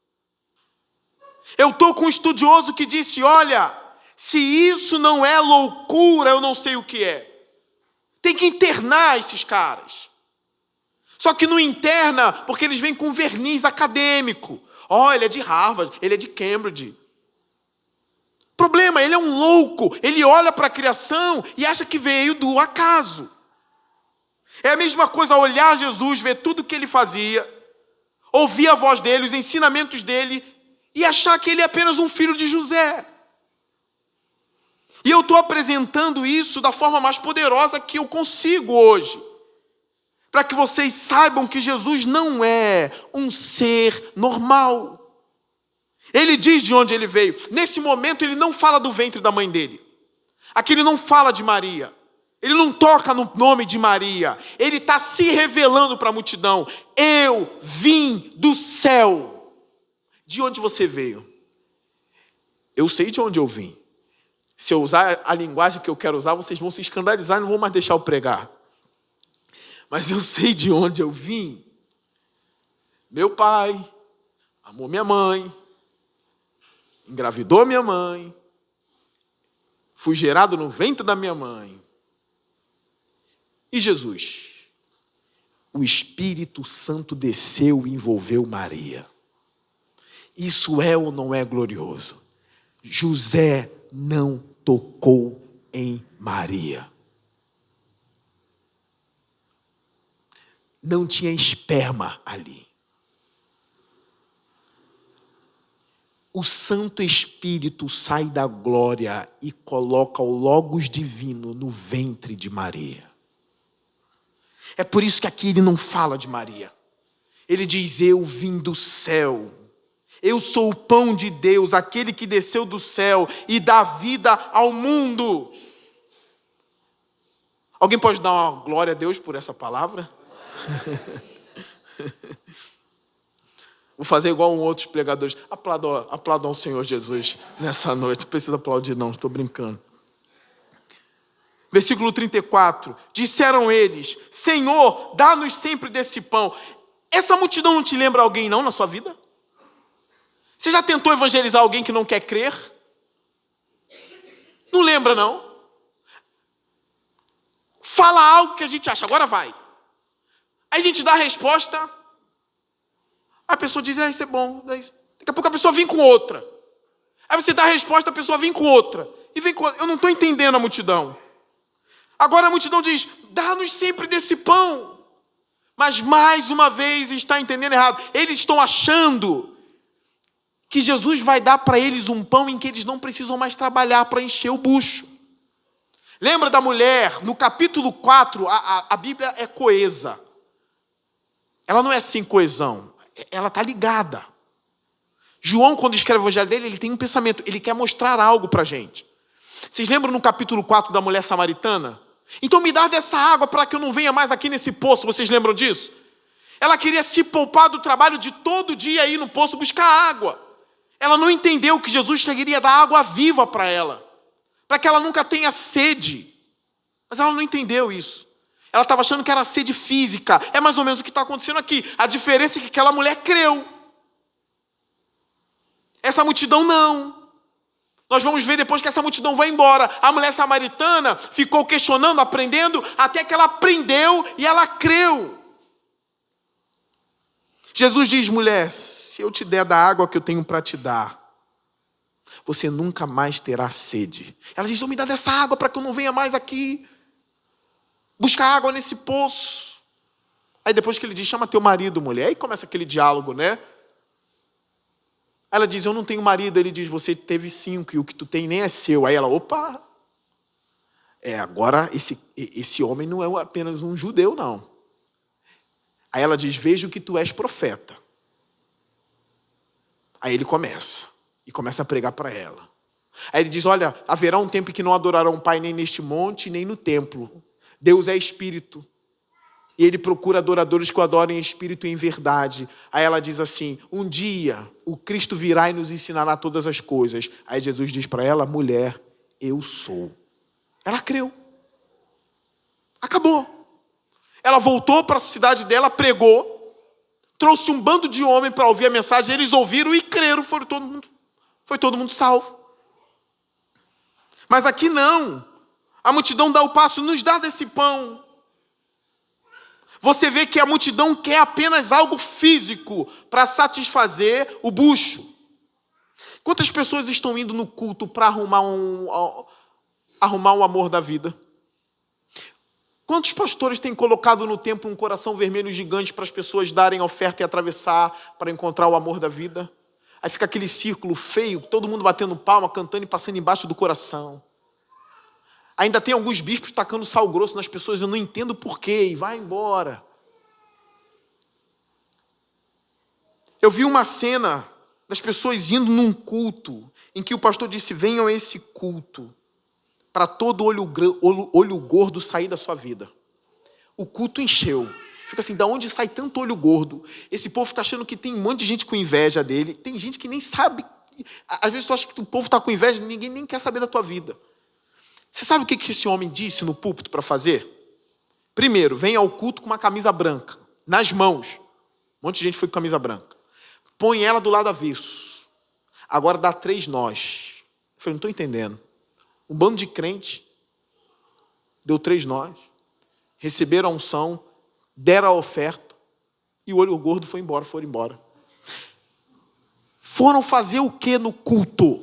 Eu estou com um estudioso que disse: olha, se isso não é loucura, eu não sei o que é. Tem que internar esses caras. Só que não interna porque eles vêm com verniz acadêmico. Ele é de Harvard, ele é de Cambridge. Problema, ele é um louco. Ele olha para a criação e acha que veio do acaso. É a mesma coisa olhar Jesus, ver tudo o que ele fazia, ouvir a voz dele, os ensinamentos dele, e achar que ele é apenas um filho de José. E eu estou apresentando isso da forma mais poderosa que eu consigo hoje, para que vocês saibam que Jesus não é um ser normal. Ele diz de onde ele veio. Nesse momento ele não fala do ventre da mãe dele. Aqui ele não fala de Maria. Ele não toca no nome de Maria. Ele está se revelando para a multidão. Eu vim do céu. De onde você veio? Eu sei de onde eu vim. Se eu usar a linguagem que eu quero usar, vocês vão se escandalizar e não vão mais deixar eu pregar. Mas eu sei de onde eu vim. Meu pai amou minha mãe, engravidou minha mãe, fui gerado no ventre da minha mãe. E Jesus? O Espírito Santo desceu e envolveu Maria. Isso é ou não é glorioso? José não tocou em Maria. Não tinha esperma ali. O Santo Espírito sai da glória e coloca o Logos divino no ventre de Maria. É por isso que aqui ele não fala de Maria. Ele diz, eu vim do céu. Eu sou o pão de Deus, aquele que desceu do céu e dá vida ao mundo. Alguém pode dar uma glória a Deus por essa palavra? Vou fazer igual outros pregadores. Aplaudam ao Senhor Jesus nessa noite. Não precisa aplaudir não, estou brincando. Versículo 34. Disseram eles, Senhor, dá-nos sempre desse pão. Essa multidão não te lembra alguém não na sua vida? Você já tentou evangelizar alguém que não quer crer? Não lembra não? Fala algo que a gente acha, agora vai. Aí a gente dá a resposta, a pessoa diz, isso é bom. Daqui a pouco a pessoa vem com outra. Aí você dá a resposta, a pessoa vem com outra. E vem com outra. Eu não estou entendendo a multidão. Agora a multidão diz, dá-nos sempre desse pão. Mas mais uma vez está entendendo errado. Eles estão achando que Jesus vai dar para eles um pão em que eles não precisam mais trabalhar para encher o bucho. Lembra da mulher? No capítulo 4, a Bíblia é coesa. Ela não é assim coesão. Ela está ligada. João, quando escreve o evangelho dele, ele tem um pensamento. Ele quer mostrar algo para a gente. Vocês lembram no capítulo 4 da mulher samaritana? Então me dá dessa água para que eu não venha mais aqui nesse poço. Vocês lembram disso? Ela queria se poupar do trabalho de todo dia ir no poço buscar água. Ela não entendeu que Jesus queria dar água viva para ela. Para que ela nunca tenha sede. Mas ela não entendeu isso. Ela estava achando que era sede física. É mais ou menos o que está acontecendo aqui. A diferença é que aquela mulher creu. Essa multidão não. Nós vamos ver depois que essa multidão vai embora. A mulher samaritana ficou questionando, aprendendo, até que ela aprendeu e ela creu. Jesus diz, mulher, se eu te der da água que eu tenho para te dar, você nunca mais terá sede. Ela diz, me dá dessa água para que eu não venha mais aqui buscar água nesse poço. Aí depois que ele diz, chama teu marido, mulher. Aí começa aquele diálogo, né? Aí ela diz, eu não tenho marido. Ele diz, você teve 5 e o que tu tem nem é seu. Aí ela, opa. Agora esse homem não é apenas um judeu, não. Aí ela diz, vejo que tu és profeta. Aí ele começa. E começa a pregar para ela. Aí ele diz, olha, haverá um tempo em que não adorarão o Pai nem neste monte, nem no templo. Deus é espírito. E ele procura adoradores que o adorem em espírito e em verdade. Aí ela diz assim, um dia o Cristo virá e nos ensinará todas as coisas. Aí Jesus diz para ela, mulher, eu sou. Ela creu. Acabou. Ela voltou para a cidade dela, pregou, trouxe um bando de homens para ouvir a mensagem, eles ouviram e creram, foi todo mundo salvo. Mas aqui não. A multidão dá o passo, nos dá desse pão. Você vê que a multidão quer apenas algo físico para satisfazer o bucho. Quantas pessoas estão indo no culto para arrumar o amor da vida? Quantos pastores têm colocado no templo um coração vermelho gigante para as pessoas darem oferta e atravessar para encontrar o amor da vida? Aí fica aquele círculo feio, todo mundo batendo palma, cantando e passando embaixo do coração. Ainda tem alguns bispos tacando sal grosso nas pessoas, eu não entendo porquê, e vai embora. Eu vi uma cena das pessoas indo num culto, em que o pastor disse, venham a esse culto, para todo olho gordo sair da sua vida. O culto encheu. Fica assim, da onde sai tanto olho gordo? Esse povo fica achando que tem um monte de gente com inveja dele. Tem gente que nem sabe. Às vezes tu acha que o povo está com inveja, ninguém nem quer saber da tua vida. Você sabe o que esse homem disse no púlpito para fazer? Primeiro, vem ao culto com uma camisa branca, nas mãos. Um monte de gente foi com camisa branca. Põe ela do lado avesso. Agora dá 3 nós. Eu falei, não estou entendendo. Um bando de crente deu 3 nós. Receberam a unção, deram a oferta e o olho gordo foi embora, foram embora. Foram fazer o que no culto?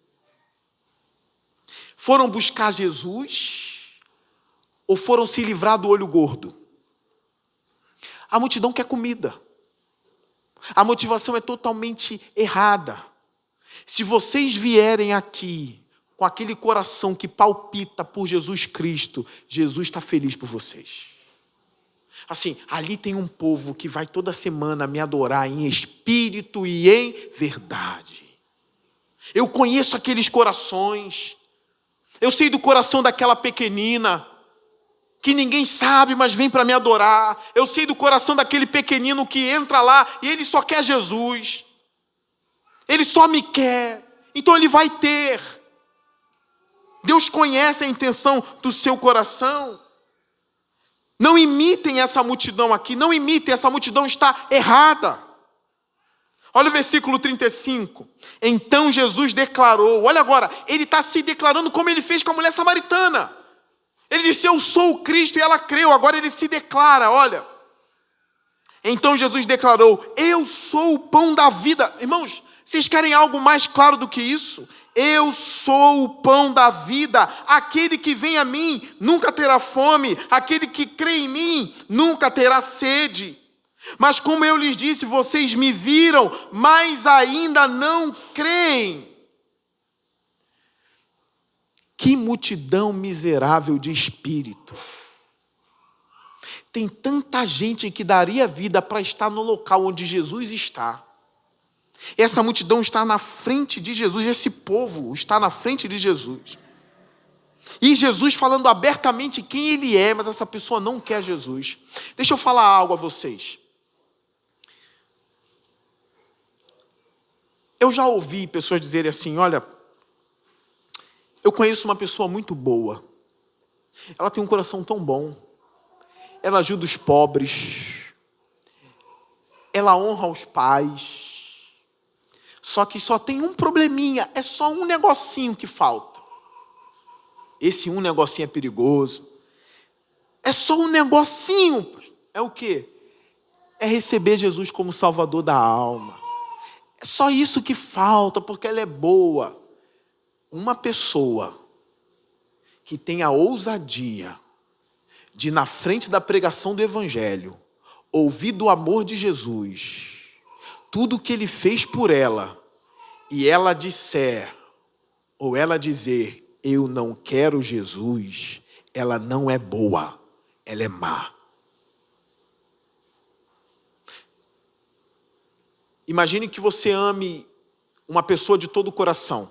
Foram buscar Jesus ou foram se livrar do olho gordo? A multidão quer comida. A motivação é totalmente errada. Se vocês vierem aqui com aquele coração que palpita por Jesus Cristo, Jesus está feliz por vocês. Assim, ali tem um povo que vai toda semana me adorar em espírito e em verdade. Eu conheço aqueles corações. Eu sei do coração daquela pequenina, que ninguém sabe, mas vem para me adorar. Eu sei do coração daquele pequenino que entra lá e ele só quer Jesus. Ele só me quer. Então ele vai ter. Deus conhece a intenção do seu coração. Não imitem essa multidão aqui, não imitem, essa multidão está errada. Olha o versículo 35. Então Jesus declarou, olha agora, ele está se declarando como ele fez com a mulher samaritana. Ele disse, eu sou o Cristo, e ela creu, agora ele se declara, olha. Então Jesus declarou, eu sou o pão da vida. Irmãos, vocês querem algo mais claro do que isso? Eu sou o pão da vida, aquele que vem a mim nunca terá fome, aquele que crê em mim nunca terá sede. Mas como eu lhes disse, vocês me viram, mas ainda não creem. Que multidão miserável de espírito. Tem tanta gente que daria vida para estar no local onde Jesus está. Essa multidão está na frente de Jesus, esse povo está na frente de Jesus. E Jesus falando abertamente quem ele é, mas essa pessoa não quer Jesus. Deixa eu falar algo a vocês. Eu já ouvi pessoas dizerem assim, olha, eu conheço uma pessoa muito boa. Ela tem um coração tão bom. Ela ajuda os pobres. Ela honra os pais. Só que só tem um probleminha, é só um negocinho que falta. Esse um negocinho é perigoso. É só um negocinho. É o quê? É receber Jesus como Salvador da alma. É só isso que falta, porque ela é boa. Uma pessoa que tem a ousadia de, na frente da pregação do Evangelho, ouvir do amor de Jesus, tudo o que ele fez por ela, e ela disser, ou ela dizer, eu não quero Jesus, ela não é boa, ela é má. Imagine que você ame uma pessoa de todo o coração.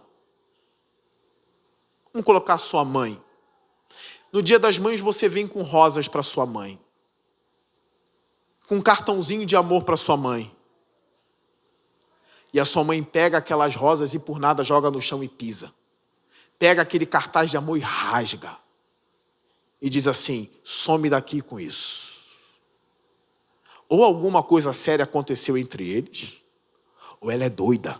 Vamos colocar a sua mãe. No Dia das Mães você vem com rosas para sua mãe. Com um cartãozinho de amor para sua mãe. E a sua mãe pega aquelas rosas e por nada joga no chão e pisa. Pega aquele cartaz de amor e rasga. E diz assim, some daqui com isso. Ou alguma coisa séria aconteceu entre eles, ou ela é doida.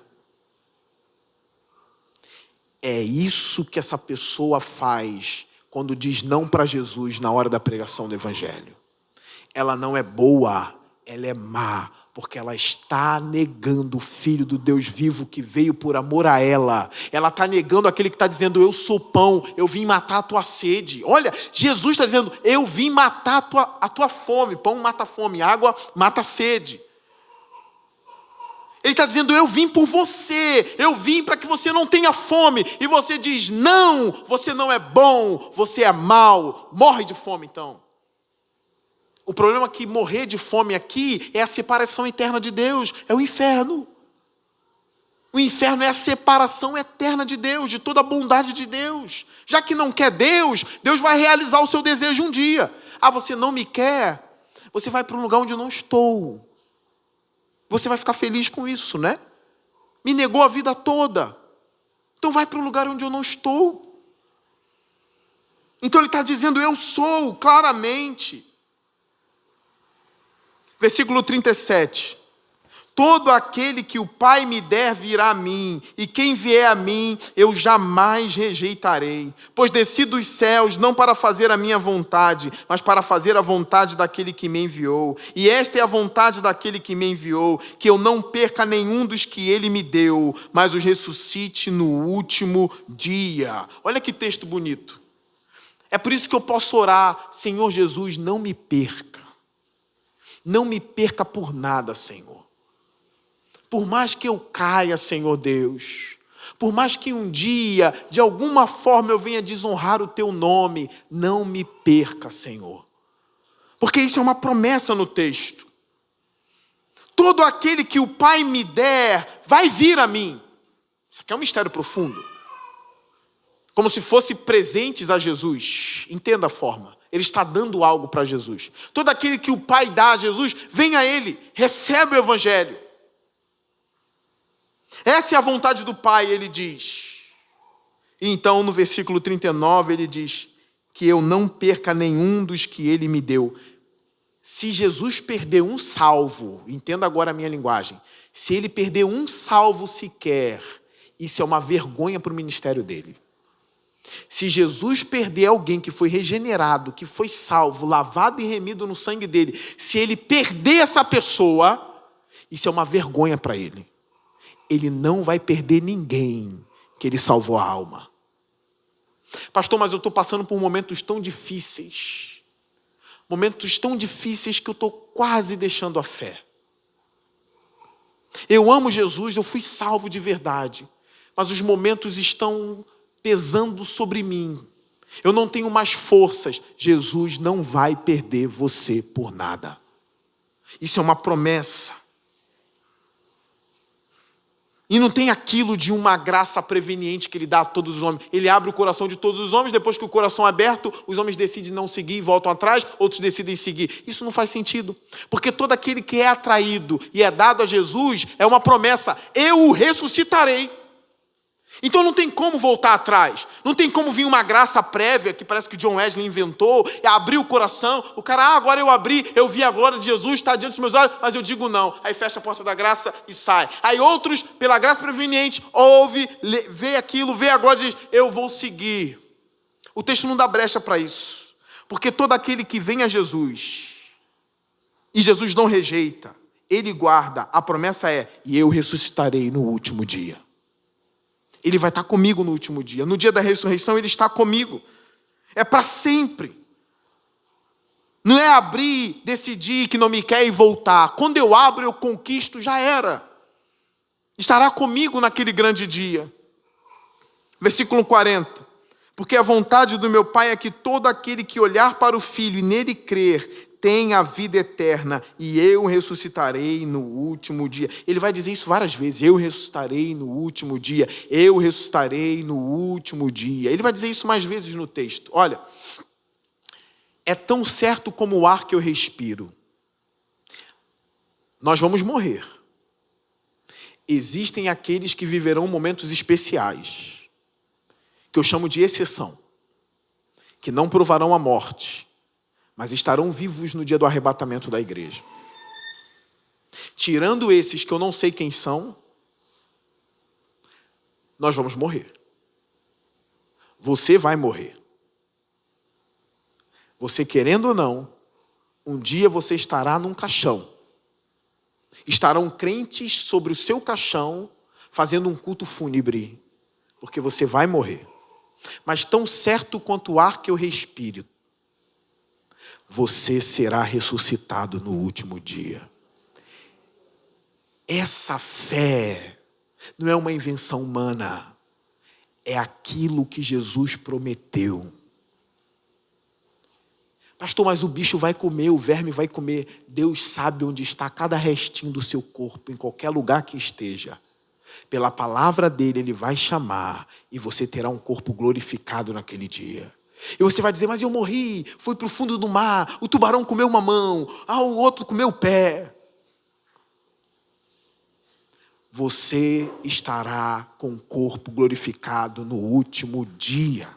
É isso que essa pessoa faz quando diz não para Jesus na hora da pregação do Evangelho. Ela não é boa, ela é má, Porque ela está negando o Filho do Deus vivo que veio por amor a ela. Ela está negando aquele que está dizendo, eu sou pão, eu vim matar a tua sede. Olha, Jesus está dizendo, eu vim matar a tua fome. Pão mata a fome, água mata a sede. Ele está dizendo, eu vim por você, eu vim para que você não tenha fome. E você diz, não, você não é bom, você é mau, morre de fome então. O problema é que morrer de fome aqui é a separação eterna de Deus, é o inferno. O inferno é a separação eterna de Deus, de toda a bondade de Deus. Já que não quer Deus, Deus vai realizar o seu desejo um dia. Ah, você não me quer? Você vai para um lugar onde eu não estou. Você vai ficar feliz com isso, né? Me negou a vida toda. Então vai para o lugar onde eu não estou. Então ele está dizendo, eu sou, claramente. Versículo 37. Todo aquele que o Pai me der virá a mim, e quem vier a mim, eu jamais rejeitarei. Pois desci dos céus, não para fazer a minha vontade, mas para fazer a vontade daquele que me enviou. E esta é a vontade daquele que me enviou, que eu não perca nenhum dos que ele me deu, mas os ressuscite no último dia. Olha que texto bonito. É por isso que eu posso orar, Senhor Jesus, não me perca. Não me perca por nada, Senhor. Por mais que eu caia, Senhor Deus, por mais que um dia, de alguma forma, eu venha desonrar o Teu nome, não me perca, Senhor. Porque isso é uma promessa no texto. Todo aquele que o Pai me der, vai vir a mim. Isso aqui é um mistério profundo. Como se fosse presentes a Jesus. Entenda a forma. Ele está dando algo para Jesus. Todo aquele que o Pai dá a Jesus, vem a Ele, recebe o Evangelho. Essa é a vontade do Pai, ele diz. E então, no versículo 39, ele diz que eu não perca nenhum dos que ele me deu. Se Jesus perder um salvo, entenda agora a minha linguagem, se ele perder um salvo sequer, isso é uma vergonha para o ministério dele. Se Jesus perder alguém que foi regenerado, que foi salvo, lavado e remido no sangue dele, se ele perder essa pessoa, isso é uma vergonha para ele. Ele não vai perder ninguém que ele salvou a alma. Pastor, mas eu estou passando por momentos tão difíceis. Momentos tão difíceis que eu estou quase deixando a fé. Eu amo Jesus, eu fui salvo de verdade. Mas os momentos estão pesando sobre mim. Eu não tenho mais forças. Jesus não vai perder você por nada. Isso é uma promessa. E não tem aquilo de uma graça preveniente que ele dá a todos os homens. Ele abre o coração de todos os homens, depois que o coração é aberto, os homens decidem não seguir e voltam atrás, outros decidem seguir. Isso não faz sentido. Porque todo aquele que é atraído e é dado a Jesus, é uma promessa, eu o ressuscitarei. Então não tem como voltar atrás. Não tem como vir uma graça prévia, que parece que o John Wesley inventou, e abrir o coração. O cara, agora eu abri, eu vi a glória de Jesus, está diante dos meus olhos, mas eu digo não. Aí fecha a porta da graça e sai. Aí outros, pela graça preveniente, ouve, vê aquilo, vê a glória e diz, eu vou seguir. O texto não dá brecha para isso. Porque todo aquele que vem a Jesus, e Jesus não rejeita, ele guarda, a promessa é, e eu ressuscitarei no último dia. Ele vai estar comigo no último dia. No dia da ressurreição, ele está comigo. É para sempre. Não é abrir, decidir que não me quer e voltar. Quando eu abro, eu conquisto, já era. Estará comigo naquele grande dia. Versículo 40. Porque a vontade do meu Pai é que todo aquele que olhar para o Filho e nele crer, tenha a vida eterna, e eu ressuscitarei no último dia. Ele vai dizer isso várias vezes. Eu ressuscitarei no último dia. Eu ressuscitarei no último dia. Ele vai dizer isso mais vezes no texto. Olha, é tão certo como o ar que eu respiro. Nós vamos morrer. Existem aqueles que viverão momentos especiais, que eu chamo de exceção, que não provarão a morte, mas estarão vivos no dia do arrebatamento da igreja. Tirando esses que eu não sei quem são, nós vamos morrer. Você vai morrer. Você querendo ou não, um dia você estará num caixão. Estarão crentes sobre o seu caixão, fazendo um culto fúnebre, porque você vai morrer. Mas tão certo quanto o ar que eu respiro, você será ressuscitado no último dia. Essa fé não é uma invenção humana, é aquilo que Jesus prometeu. Pastor, mas o bicho vai comer, o verme vai comer. Deus sabe onde está cada restinho do seu corpo, em qualquer lugar que esteja. Pela palavra dele, ele vai chamar e você terá um corpo glorificado naquele dia. E você vai dizer, mas eu morri, fui para o fundo do mar, o tubarão comeu uma mão, o outro comeu o pé. Você estará com o corpo glorificado no último dia.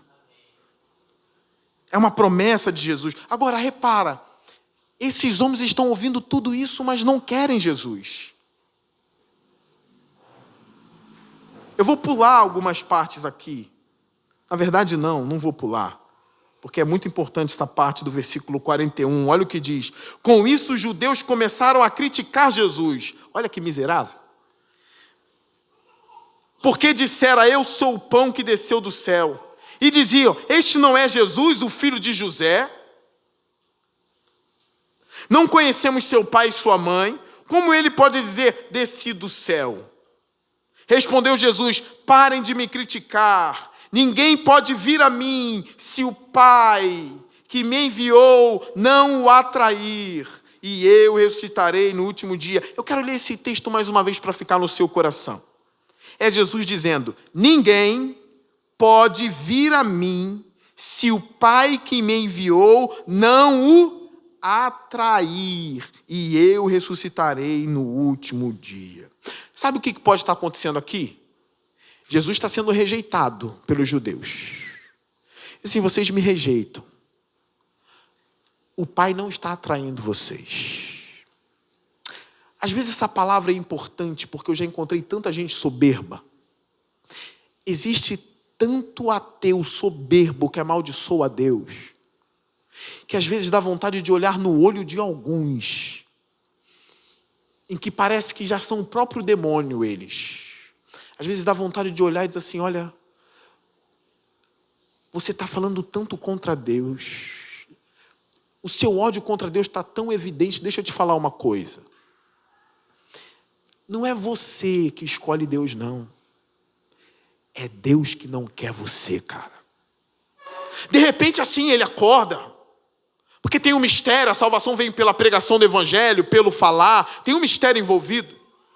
É uma promessa de Jesus. Agora, repara, esses homens estão ouvindo tudo isso, mas não querem Jesus. Eu vou pular algumas partes aqui. Na verdade, não vou pular. Porque é muito importante essa parte do versículo 41. Olha o que diz. Com isso, os judeus começaram a criticar Jesus. Olha que miserável. Porque dissera, eu sou o pão que desceu do céu. E diziam, este não é Jesus, o filho de José? Não conhecemos seu pai e sua mãe. Como ele pode dizer, desci do céu? Respondeu Jesus, parem de me criticar. Ninguém pode vir a mim se o Pai que me enviou não o atrair. E eu ressuscitarei no último dia. Eu quero ler esse texto mais uma vez para ficar no seu coração. É Jesus dizendo, ninguém pode vir a mim se o Pai que me enviou não o atrair. E eu ressuscitarei no último dia. Sabe o que pode estar acontecendo aqui? Jesus está sendo rejeitado pelos judeus. Assim, vocês me rejeitam. O Pai não está atraindo vocês. Às vezes essa palavra é importante, porque eu já encontrei tanta gente soberba. Existe tanto ateu soberbo que amaldiçoa a Deus, que às vezes dá vontade de olhar no olho de alguns, em que parece que já são o próprio demônio eles. Às vezes dá vontade de olhar e dizer assim, olha, você está falando tanto contra Deus, o seu ódio contra Deus está tão evidente, deixa eu te falar uma coisa. Não é você que escolhe Deus, não. É Deus que não quer você, cara. De repente assim ele acorda, porque tem um mistério, a salvação vem pela pregação do evangelho, pelo falar, tem um mistério envolvido.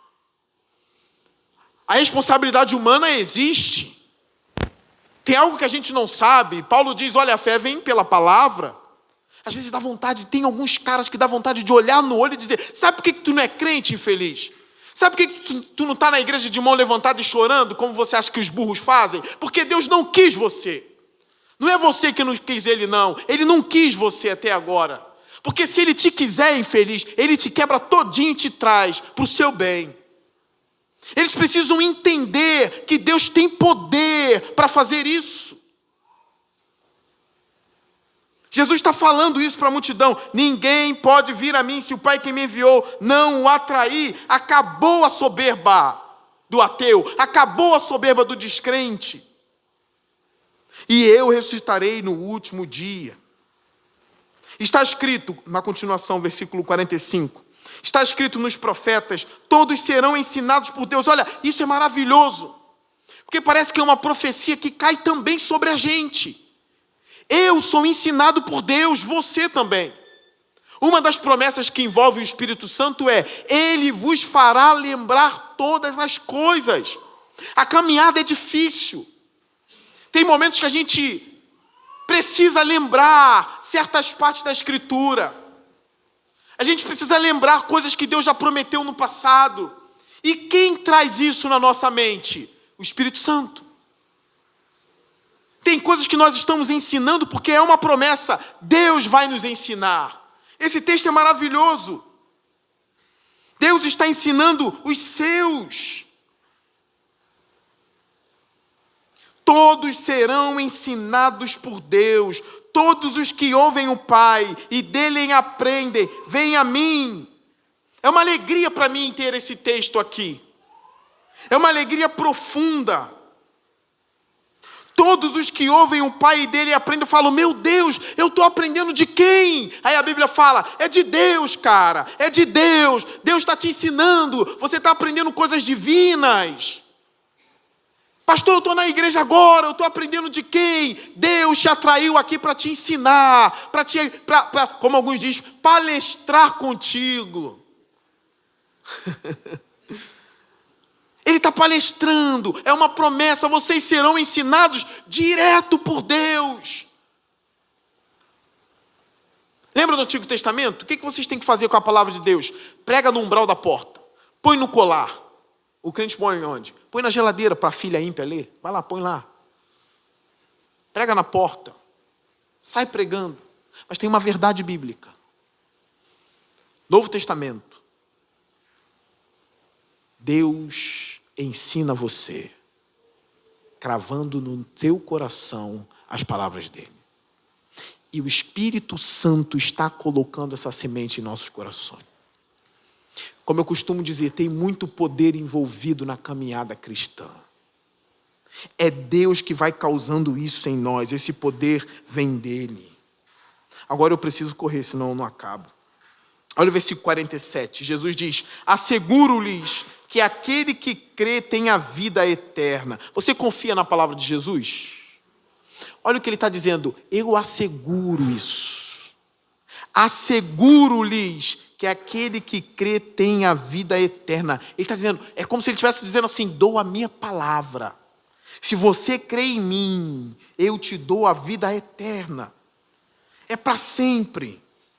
A responsabilidade humana existe. Tem algo que a gente não sabe. Paulo diz, olha, a fé vem pela palavra. Às vezes dá vontade, tem alguns caras que dá vontade de olhar no olho e dizer, sabe por que tu não é crente, infeliz? Sabe por que tu não está na igreja de mão levantada e chorando, como você acha que os burros fazem? Porque Deus não quis você. Não é você que não quis ele, não. Ele não quis você até agora. Porque se ele te quiser, infeliz, ele te quebra todinho e te traz para o seu bem. Eles precisam entender que Deus tem poder para fazer isso. Jesus está falando isso para a multidão. Ninguém pode vir a mim se o Pai que me enviou não o atrair. Acabou a soberba do ateu. Acabou a soberba do descrente. E eu ressuscitarei no último dia. Está escrito, na continuação, versículo 45. Está escrito nos profetas, todos serão ensinados por Deus. Olha, isso é maravilhoso. Porque parece que é uma profecia que cai também sobre a gente. Eu sou ensinado por Deus, você também. Uma das promessas que envolve o Espírito Santo é, ele vos fará lembrar todas as coisas. A caminhada é difícil. Tem momentos que a gente precisa lembrar certas partes da Escritura. A gente precisa lembrar coisas que Deus já prometeu no passado. E quem traz isso na nossa mente? O Espírito Santo. Tem coisas que nós estamos ensinando porque é uma promessa. Deus vai nos ensinar. Esse texto é maravilhoso. Deus está ensinando os seus. Todos serão ensinados por Deus. Todos os que ouvem o Pai e dele aprendem, vêm a mim. É uma alegria para mim ter esse texto aqui. É uma alegria profunda. Todos os que ouvem o pai dele e aprendem, falam, meu Deus, eu estou aprendendo de quem? Aí a Bíblia fala, é de Deus, cara, é de Deus. Deus está te ensinando, você está aprendendo coisas divinas. Pastor, eu estou na igreja agora, eu estou aprendendo de quem? Deus te atraiu aqui para te ensinar, para, como alguns dizem, palestrar contigo. Ele está palestrando, é uma promessa, vocês serão ensinados direto por Deus. Lembra do Antigo Testamento? O que vocês têm que fazer com a palavra de Deus? Prega no umbral da porta, põe no colar. O crente põe onde? Põe na geladeira para a filha ímpia ler. Vai lá, põe lá. Prega na porta. Sai pregando. Mas tem uma verdade bíblica. Novo Testamento. Deus ensina você, cravando no seu coração as palavras dele. E o Espírito Santo está colocando essa semente em nossos corações. Como eu costumo dizer, tem muito poder envolvido na caminhada cristã. É Deus que vai causando isso em nós, esse poder vem dele. Agora eu preciso correr, senão eu não acabo. Olha o versículo 47, Jesus diz, asseguro-lhes que aquele que crê tem a vida eterna. Você confia na palavra de Jesus? Olha o que ele está dizendo, eu asseguro isso. Asseguro-lhes que aquele que crê tem a vida eterna. Ele está dizendo, é como se ele estivesse dizendo assim, dou a minha palavra. Se você crê em mim, eu te dou a vida eterna. É para sempre.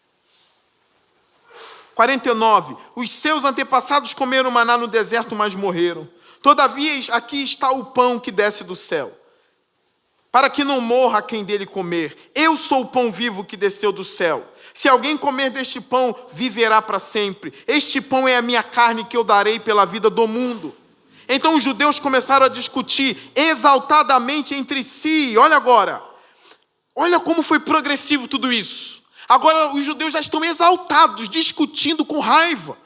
49, os seus antepassados comeram maná no deserto, mas morreram. Todavia, aqui está o pão que desce do céu, para que não morra quem dele comer. Eu sou o pão vivo que desceu do céu. Se alguém comer deste pão, viverá para sempre. Este pão é a minha carne que eu darei pela vida do mundo. Então os judeus começaram a discutir exaltadamente entre si. Olha agora, olha como foi progressivo tudo isso. Agora os judeus já estão exaltados, discutindo com raiva.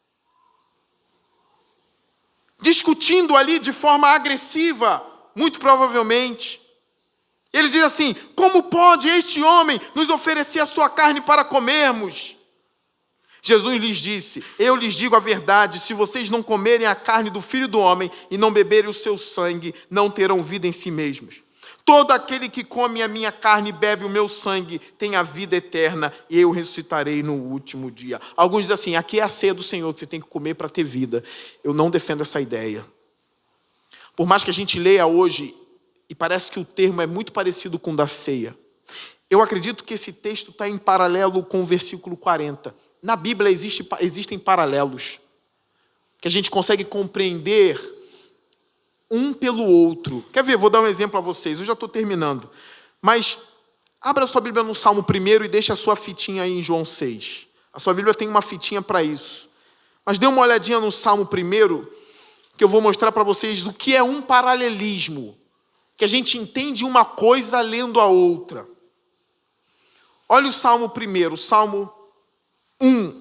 Discutindo ali de forma agressiva, muito provavelmente. Eles dizem assim, como pode este homem nos oferecer a sua carne para comermos? Jesus lhes disse, eu lhes digo a verdade, se vocês não comerem a carne do Filho do Homem e não beberem o seu sangue, não terão vida em si mesmos. Todo aquele que come a minha carne e bebe o meu sangue tem a vida eterna e eu ressuscitarei no último dia. Alguns dizem assim, aqui é a ceia do Senhor que você tem que comer para ter vida. Eu não defendo essa ideia. Por mais que a gente leia hoje, e parece que o termo é muito parecido com o da ceia, eu acredito que esse texto está em paralelo com o versículo 40. Na Bíblia existem paralelos, que a gente consegue compreender um pelo outro. Quer ver? Vou dar um exemplo a vocês. Eu já estou terminando. Mas abra a sua Bíblia no Salmo 1 e deixa a sua fitinha aí em João 6. A sua Bíblia tem uma fitinha para isso. Mas dê uma olhadinha no Salmo 1, que eu vou mostrar para vocês o que é um paralelismo. Que a gente entende uma coisa lendo a outra. Olha o Salmo 1, o Salmo 1.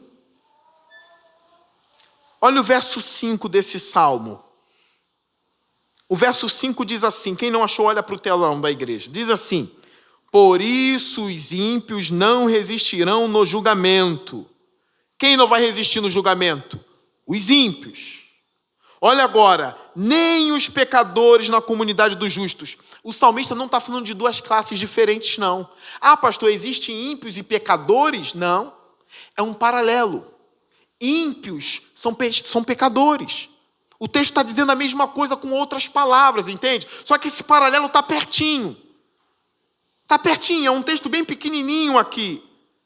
Olha o verso 5 desse Salmo. O verso 5 diz assim, quem não achou, olha para o telão da igreja. Diz assim, por isso os ímpios não resistirão no julgamento. Quem não vai resistir no julgamento? Os ímpios. Olha agora, nem os pecadores na comunidade dos justos. O salmista não está falando de duas classes diferentes, não. Ah, pastor, existem ímpios e pecadores? Não. É um paralelo. Ímpios são pecadores. O texto está dizendo a mesma coisa com outras palavras, entende? Só que esse paralelo está pertinho. Está pertinho, é um texto bem pequenininho aqui.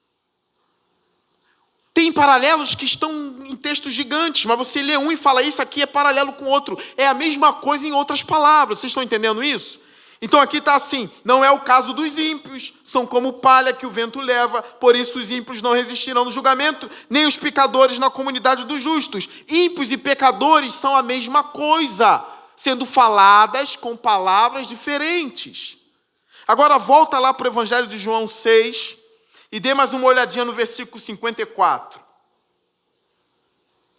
Tem paralelos que estão em textos gigantes, mas você lê um e fala, isso aqui é paralelo com outro. É a mesma coisa em outras palavras. Vocês estão entendendo isso? Então aqui está assim, não é o caso dos ímpios, são como palha que o vento leva, por isso os ímpios não resistirão no julgamento, nem os pecadores na comunidade dos justos. Ímpios e pecadores são a mesma coisa, sendo faladas com palavras diferentes. Agora volta lá para o Evangelho de João 6 e dê mais uma olhadinha no versículo 54.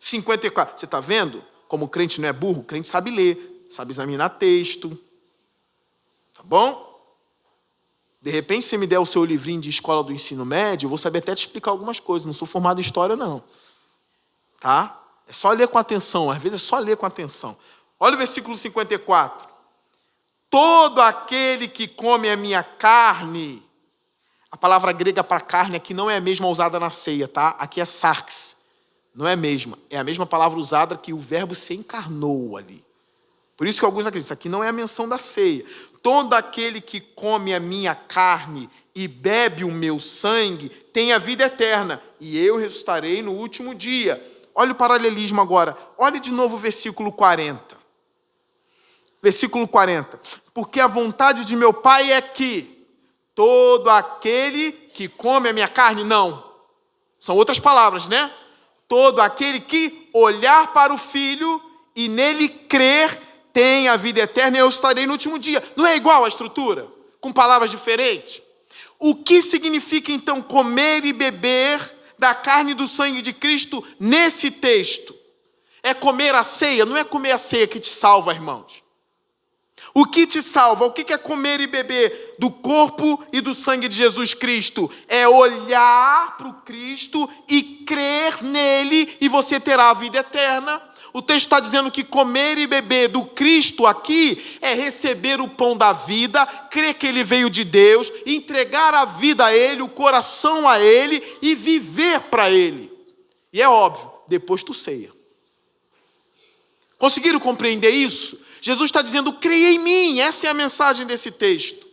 54. Você está vendo como o crente não é burro? O crente sabe ler, sabe examinar texto. Tá bom? De repente, se você me der o seu livrinho de escola do ensino médio, eu vou saber até te explicar algumas coisas. Não sou formado em história, não. Tá? É só ler com atenção. Às vezes é só ler com atenção. Olha o versículo 54. Todo aquele que come a minha carne... A palavra grega para carne aqui não é a mesma usada na ceia, tá? Aqui é sarx. Não é a mesma. É a mesma palavra usada que o verbo se encarnou ali. Por isso que alguns acreditam. Isso aqui não é a menção da ceia. Todo aquele que come a minha carne e bebe o meu sangue tem a vida eterna. E eu ressuscitarei no último dia. Olha o paralelismo agora. Olha de novo o versículo 40. Versículo 40. Porque a vontade de meu Pai é que todo aquele que come a minha carne, não. São outras palavras, né? Todo aquele que olhar para o Filho e nele crer tem a vida eterna e eu estarei no último dia. Não é igual a estrutura? Com palavras diferentes? O que significa, então, comer e beber da carne e do sangue de Cristo nesse texto? É comer a ceia? Não é comer a ceia que te salva, irmãos. O que te salva? O que é comer e beber do corpo e do sangue de Jesus Cristo? É olhar para o Cristo e crer nele e você terá a vida eterna. O texto está dizendo que comer e beber do Cristo aqui é receber o pão da vida, crer que ele veio de Deus, entregar a vida a ele, o coração a ele e viver para ele. E é óbvio, depois tu ceia. Conseguiram compreender isso? Jesus está dizendo, creia em mim. Essa é a mensagem desse texto.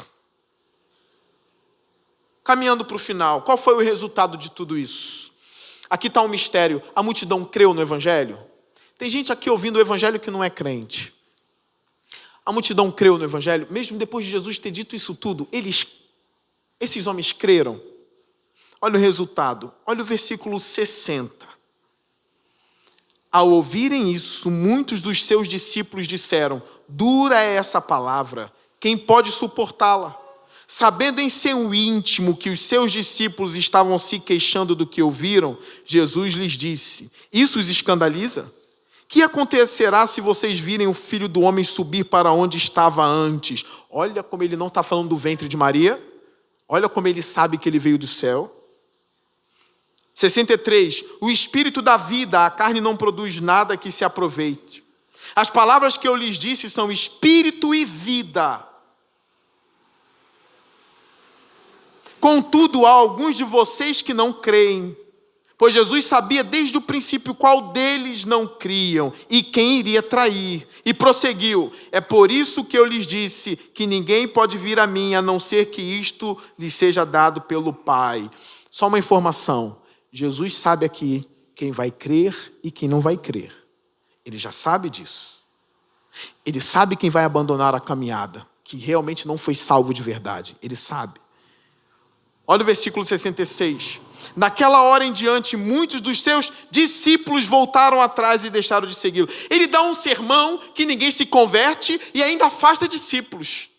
Caminhando para o final, qual foi o resultado de tudo isso? Aqui está um mistério. A multidão creu no Evangelho? Tem gente aqui ouvindo o Evangelho que não é crente. A multidão creu no Evangelho? Mesmo depois de Jesus ter dito isso tudo, esses homens creram. Olha o resultado. Olha o versículo 60. Ao ouvirem isso, muitos dos seus discípulos disseram, dura é essa palavra, quem pode suportá-la? Sabendo em seu íntimo que os seus discípulos estavam se queixando do que ouviram, Jesus lhes disse, isso os escandaliza? Que acontecerá se vocês virem o Filho do Homem subir para onde estava antes? Olha como ele não está falando do ventre de Maria, olha como ele sabe que ele veio do céu. 63, o Espírito da vida, a carne não produz nada que se aproveite. As palavras que eu lhes disse são Espírito e vida. Contudo, há alguns de vocês que não creem, pois Jesus sabia desde o princípio qual deles não criam e quem iria trair. E prosseguiu, é por isso que eu lhes disse que ninguém pode vir a mim, a não ser que isto lhe seja dado pelo Pai. Só uma informação. Jesus sabe aqui quem vai crer e quem não vai crer. Ele já sabe disso. Ele sabe quem vai abandonar a caminhada, que realmente não foi salvo de verdade. Ele sabe. Olha o versículo 66. Naquela hora em diante, muitos dos seus discípulos voltaram atrás e deixaram de segui-lo. Ele dá um sermão que ninguém se converte e ainda afasta discípulos.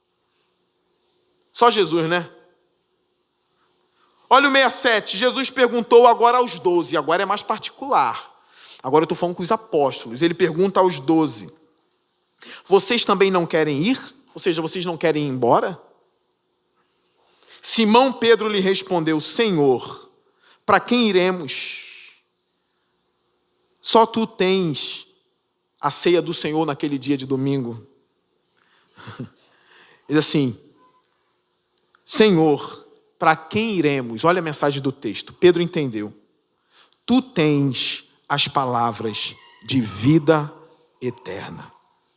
Só Jesus, né? Olha o 67, Jesus perguntou agora aos 12, agora é mais particular. Agora eu estou falando com os apóstolos. Ele pergunta aos 12, vocês também não querem ir? Ou seja, vocês não querem ir embora? Simão Pedro lhe respondeu, Senhor, para quem iremos? Só tu tens a ceia do Senhor naquele dia de domingo. Diz assim, Senhor, para quem iremos? Olha a mensagem do texto. Pedro entendeu. Tu tens as palavras de vida eterna.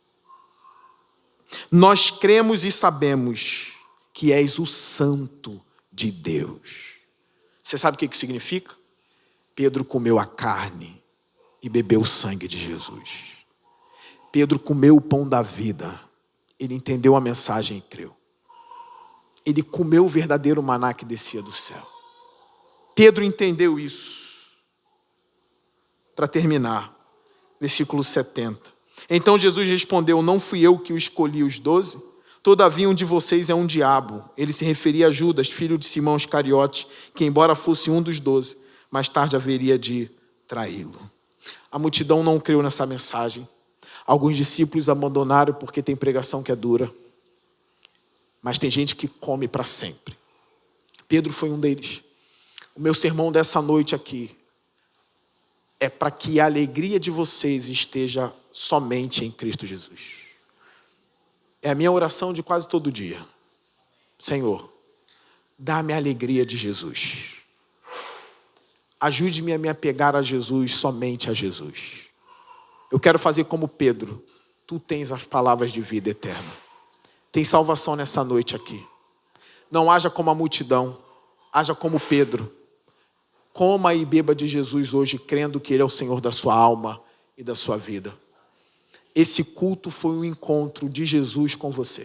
Nós cremos e sabemos que és o Santo de Deus. Você sabe o que isso significa? Pedro comeu a carne e bebeu o sangue de Jesus. Pedro comeu o pão da vida. Ele entendeu a mensagem e creu. Ele comeu o verdadeiro maná que descia do céu. Pedro entendeu isso. Para terminar, versículo 70. Então Jesus respondeu, não fui eu que o escolhi os 12? Todavia um de vocês é um diabo. Ele se referia a Judas, filho de Simão Iscariote, que embora fosse um dos 12, mais tarde haveria de traí-lo. A multidão não creu nessa mensagem. Alguns discípulos abandonaram porque tem pregação que é dura. Mas tem gente que come para sempre. Pedro foi um deles. O meu sermão dessa noite aqui é para que a alegria de vocês esteja somente em Cristo Jesus. É a minha oração de quase todo dia. Senhor, dá-me a alegria de Jesus. Ajude-me a me apegar a Jesus, somente a Jesus. Eu quero fazer como Pedro. Tu tens as palavras de vida eterna. Tem salvação nessa noite aqui. Não haja como a multidão. Haja como Pedro. Coma e beba de Jesus hoje, crendo que Ele é o Senhor da sua alma e da sua vida. Esse culto foi um encontro de Jesus com você.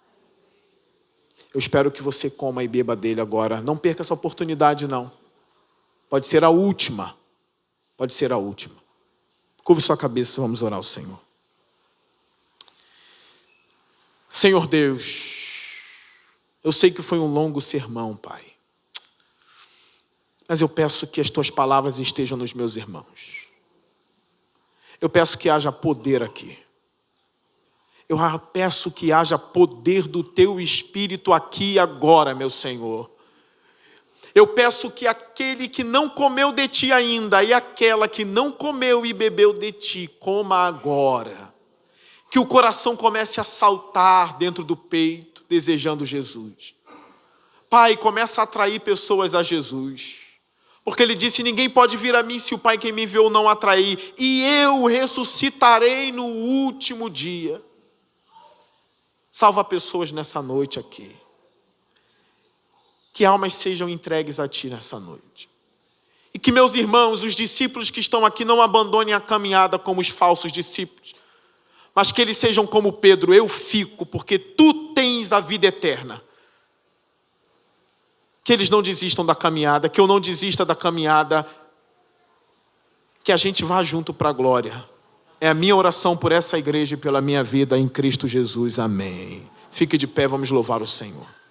Eu espero que você coma e beba dele agora. Não perca essa oportunidade, não. Pode ser a última. Pode ser a última. Curve sua cabeça, vamos orar ao Senhor. Senhor Deus, eu sei que foi um longo sermão, Pai. Mas eu peço que as tuas palavras estejam nos meus irmãos. Eu peço que haja poder aqui. Eu peço que haja poder do teu Espírito aqui e agora, meu Senhor. Eu peço que aquele que não comeu de ti ainda e aquela que não comeu e bebeu de ti, coma agora. Que o coração comece a saltar dentro do peito, desejando Jesus. Pai, começa a atrair pessoas a Jesus. Porque ele disse, ninguém pode vir a mim se o Pai que me enviou não atrair. E eu ressuscitarei no último dia. Salva pessoas nessa noite aqui. Que almas sejam entregues a ti nessa noite. E que meus irmãos, os discípulos que estão aqui, não abandonem a caminhada como os falsos discípulos. Mas que eles sejam como Pedro, eu fico, porque tu tens a vida eterna. Que eles não desistam da caminhada, que eu não desista da caminhada, que a gente vá junto para a glória. É a minha oração por essa igreja e pela minha vida em Cristo Jesus. Amém. Fique de pé, vamos louvar o Senhor.